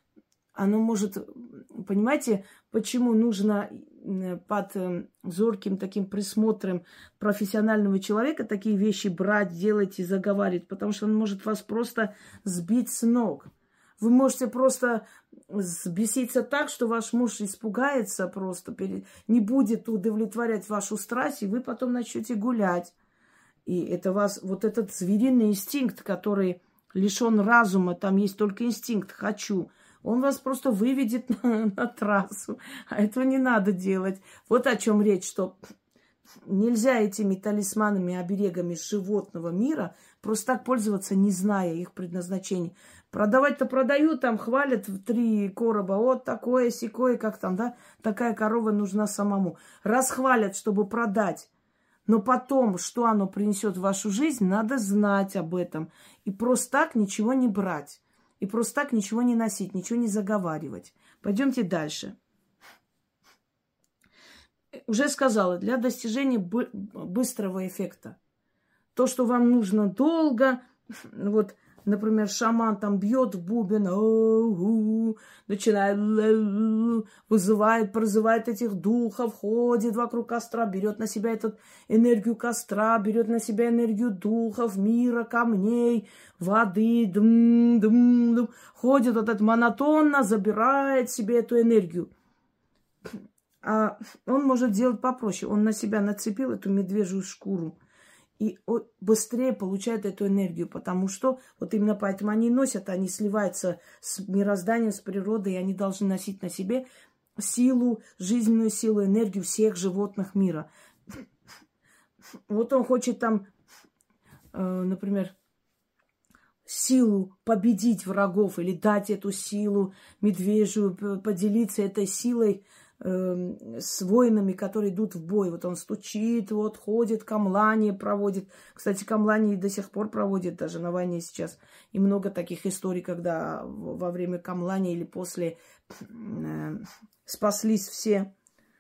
S1: оно может... Понимаете, почему нужно под зорким таким присмотром профессионального человека такие вещи брать, делать и заговаривать? Потому что он может вас просто сбить с ног. Вы можете просто взбеситься так, что ваш муж испугается просто, не будет удовлетворять вашу страсть, и вы потом начнете гулять. И это вас, вот этот звериный инстинкт, который лишен разума, там есть только инстинкт «хочу», он вас просто выведет на, на трассу. А этого не надо делать. Вот о чем речь, что нельзя этими талисманами, оберегами животного мира просто так пользоваться, не зная их предназначения. Продавать-то продают, там хвалят в три короба. Вот такое, сякое, как там, да? Такая корова нужна самому. Расхвалят, чтобы продать. Но потом, что оно принесет в вашу жизнь, надо знать об этом. И просто так ничего не брать. И просто так ничего не носить, ничего не заговаривать. Пойдемте дальше. Уже сказала, для достижения быстрого эффекта. То, что вам нужно долго, вот, например, шаман там бьет в бубен, начинает, вызывает, призывает этих духов, ходит вокруг костра, берет на себя эту энергию костра, берет на себя энергию духов, мира, камней, воды, дум, дум, дум. Ходит вот это монотонно, забирает себе эту энергию. А он может делать попроще. Он на себя нацепил эту медвежью шкуру. И быстрее получают эту энергию, потому что вот именно поэтому они носят, они сливаются с мирозданием, с природой, и они должны носить на себе силу, жизненную силу, энергию всех животных мира. Вот он хочет там, например, силу победить врагов или дать эту силу медвежью, поделиться этой силой с воинами, которые идут в бой. Вот он стучит, вот ходит, камлание проводит. Кстати, камлание до сих пор проводит даже на войне сейчас. И много таких историй, когда во время камлания или после э, спаслись все.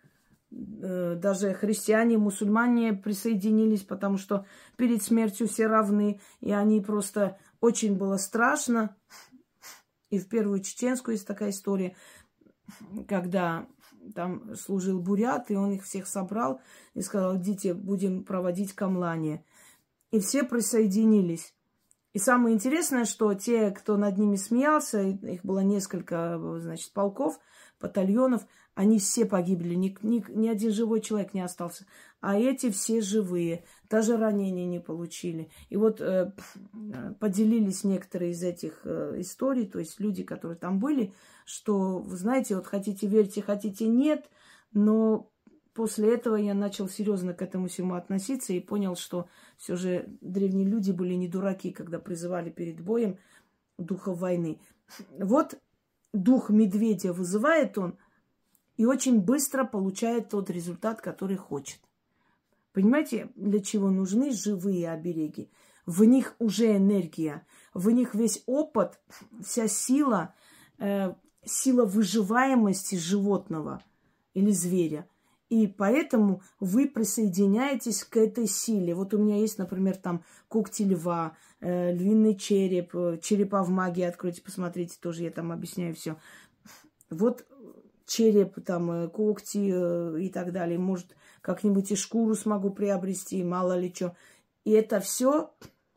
S1: Э, даже христиане, мусульмане присоединились, потому что перед смертью все равны. И они просто... Очень было страшно. И в первую чеченскую есть такая история, когда... Там служил бурят, и он их всех собрал и сказал: идите, будем проводить камлание. И все присоединились. И самое интересное, что те, кто над ними смеялся, их было несколько, значит, полков, батальонов, они все погибли. Ни, ни, ни один живой человек не остался. А эти все живые. Даже ранения не получили. И вот э, поделились некоторые из этих э, историй, то есть люди, которые там были, что, вы знаете, вот хотите верьте, хотите нет, но после этого я начал серьезно к этому всему относиться и понял, что все же древние люди были не дураки, когда призывали перед боем духов войны. Вот дух медведя вызывает он и очень быстро получает тот результат, который хочет. Понимаете, для чего нужны живые обереги? В них уже энергия, в них весь опыт, вся сила, э, сила выживаемости животного или зверя. И поэтому вы присоединяетесь к этой силе. Вот у меня есть, например, там когти льва, э, львиный череп, э, черепа в магии откройте, посмотрите, тоже я там объясняю все. Вот череп, там, э, когти э, и так далее. Может, как-нибудь и шкуру смогу приобрести, мало ли что. И это все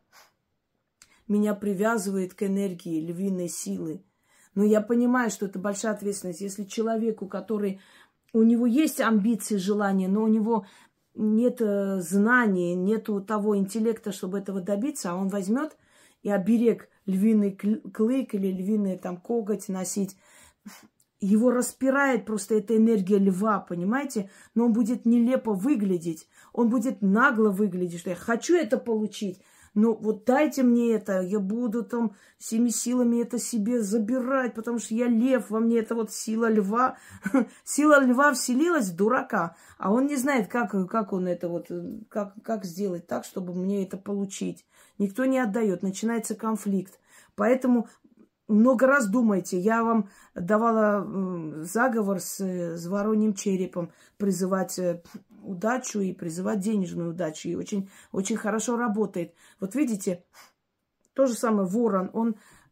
S1: меня привязывает к энергии львиной силы. Но я понимаю, что это большая ответственность. Если человеку, который... У него есть амбиции, желания, но у него нет знаний, нет того интеллекта, чтобы этого добиться, а он возьмет и оберег львиный клык или львиный там коготь носить. Его распирает просто эта энергия льва, понимаете? Но он будет нелепо выглядеть, он будет нагло выглядеть, что я хочу это получить. Но вот дайте мне это, я буду там всеми силами это себе забирать, потому что я лев, во мне это вот сила льва. Сила льва вселилась в дурака, а он не знает, как, как он это вот, как, как сделать так, чтобы мне это получить. Никто не отдает, начинается конфликт. Поэтому много раз думайте, я вам давала заговор с, с вороньим черепом, призывать удачу и призывать денежную удачу. И очень, очень хорошо работает. Вот видите, то же самое ворон. Он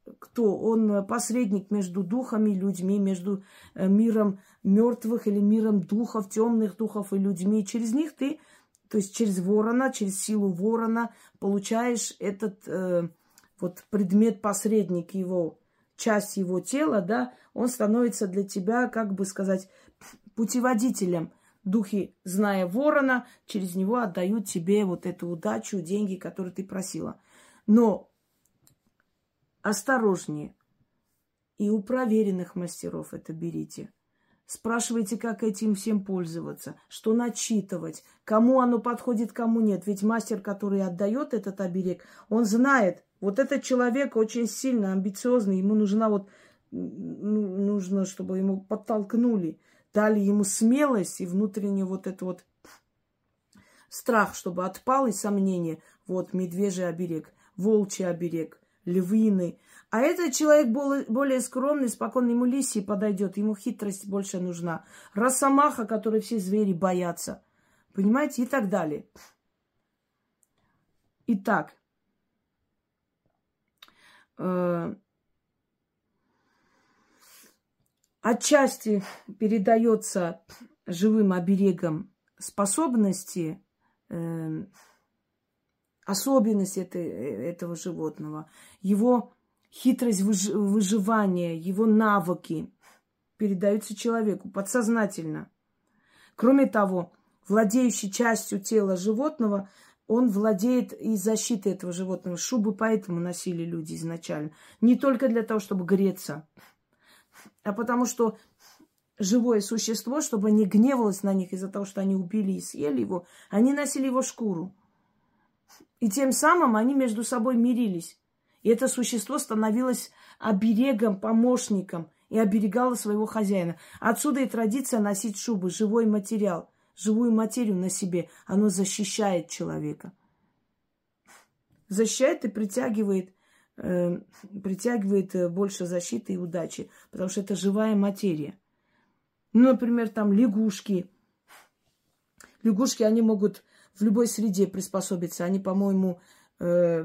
S1: кто? Он посредник между духами и людьми, между миром мертвых или миром духов, темных духов и людьми. Через них ты, то есть через ворона, через силу ворона получаешь этот э, вот предмет-посредник, его, часть его тела, да, он становится для тебя, как бы сказать, путеводителем. Духи, зная ворона, через него отдают тебе вот эту удачу, деньги, которые ты просила. Но осторожнее. И у проверенных мастеров это берите. Спрашивайте, как этим всем пользоваться, что начитывать, кому оно подходит, кому нет. Ведь мастер, который отдает этот оберег, он знает, вот этот человек очень сильно амбициозный, ему нужна вот, нужно, чтобы ему подтолкнули, дали ему смелость и внутренний вот этот вот страх, чтобы отпал и сомнение. Вот медвежий оберег, волчий оберег, львиный. А этот человек более скромный, спокойно, ему лисий подойдет, ему хитрость больше нужна. Росомаха, которой все звери боятся. Понимаете? И так далее. Итак. Э, отчасти передается живым оберегом способности, э, особенность это, этого животного, его хитрость выж- выживания, его навыки передаются человеку подсознательно. Кроме того, владеющий частью тела животного, он владеет и защитой этого животного. Шубы поэтому носили люди изначально. Не только для того, чтобы греться, а потому что живое существо, чтобы не гневалось на них из-за того, что они убили и съели его, они носили его шкуру. И тем самым они между собой мирились. И это существо становилось оберегом, помощником и оберегало своего хозяина. Отсюда и традиция носить шубы, живой материал, живую материю на себе. Оно защищает человека. Защищает и притягивает, э, притягивает больше защиты и удачи, потому что это живая материя. Ну, например, там лягушки. Лягушки, они могут в любой среде приспособиться. Они, по-моему, э,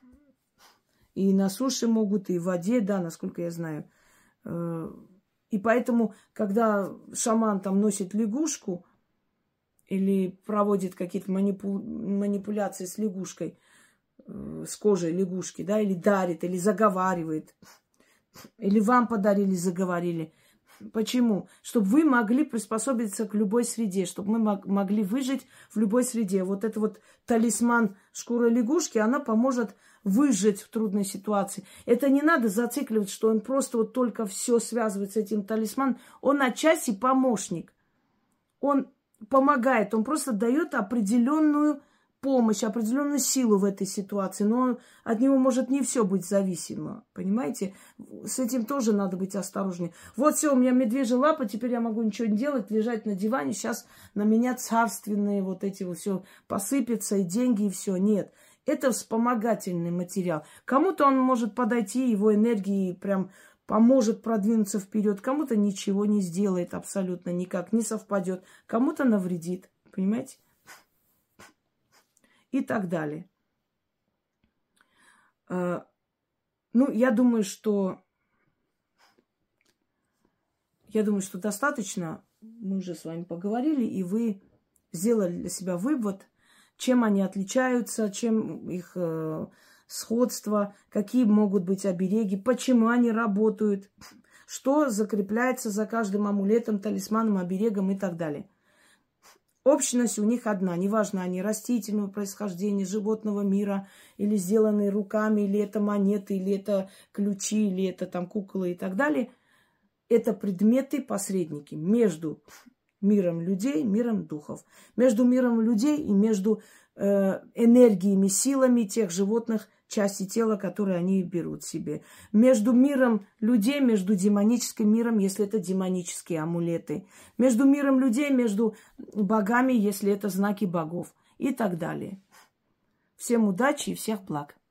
S1: и на суше могут, и в воде, да, насколько я знаю. И поэтому, когда шаман там носит лягушку или проводит какие-то манипу... манипуляции с лягушкой, с кожей лягушки, да, или дарит, или заговаривает, или вам подарили, заговорили. Почему? Чтобы вы могли приспособиться к любой среде, чтобы мы могли выжить в любой среде. Вот это вот талисман шкуры лягушки, она поможет выжить в трудной ситуации. Это не надо зацикливать, что он просто вот только все связывает с этим талисманом. Он отчасти помощник. Он помогает, он просто дает определенную помощь, определенную силу в этой ситуации. Но от него может не все быть зависимо. Понимаете? С этим тоже надо быть осторожнее. Вот все, у меня медвежья лапа, теперь я могу ничего не делать, лежать на диване. Сейчас на меня царственные вот эти вот все посыпятся, и деньги, и все. Нет. Это вспомогательный материал. Кому-то он может подойти, его энергии прям поможет продвинуться вперед. Кому-то ничего не сделает абсолютно никак, не совпадет. Кому-то навредит. Понимаете? И так далее. Ну, я думаю, что... Я думаю, что достаточно. Мы уже с вами поговорили, и вы сделали для себя вывод, чем они отличаются, чем их э, сходство, какие могут быть обереги, почему они работают, что закрепляется за каждым амулетом, талисманом, оберегом и так далее. Общность у них одна. Неважно, они растительного происхождения, животного мира, или сделанные руками, или это монеты, или это ключи, или это там куклы и так далее. Это предметы-посредники между миром людей, миром духов. Между миром людей и между э, энергиями, силами тех животных, части тела, которые они берут себе. Между миром людей, между демоническим миром, если это демонические амулеты. Между миром людей, между богами, если это знаки богов. И так далее. Всем удачи и всех благ.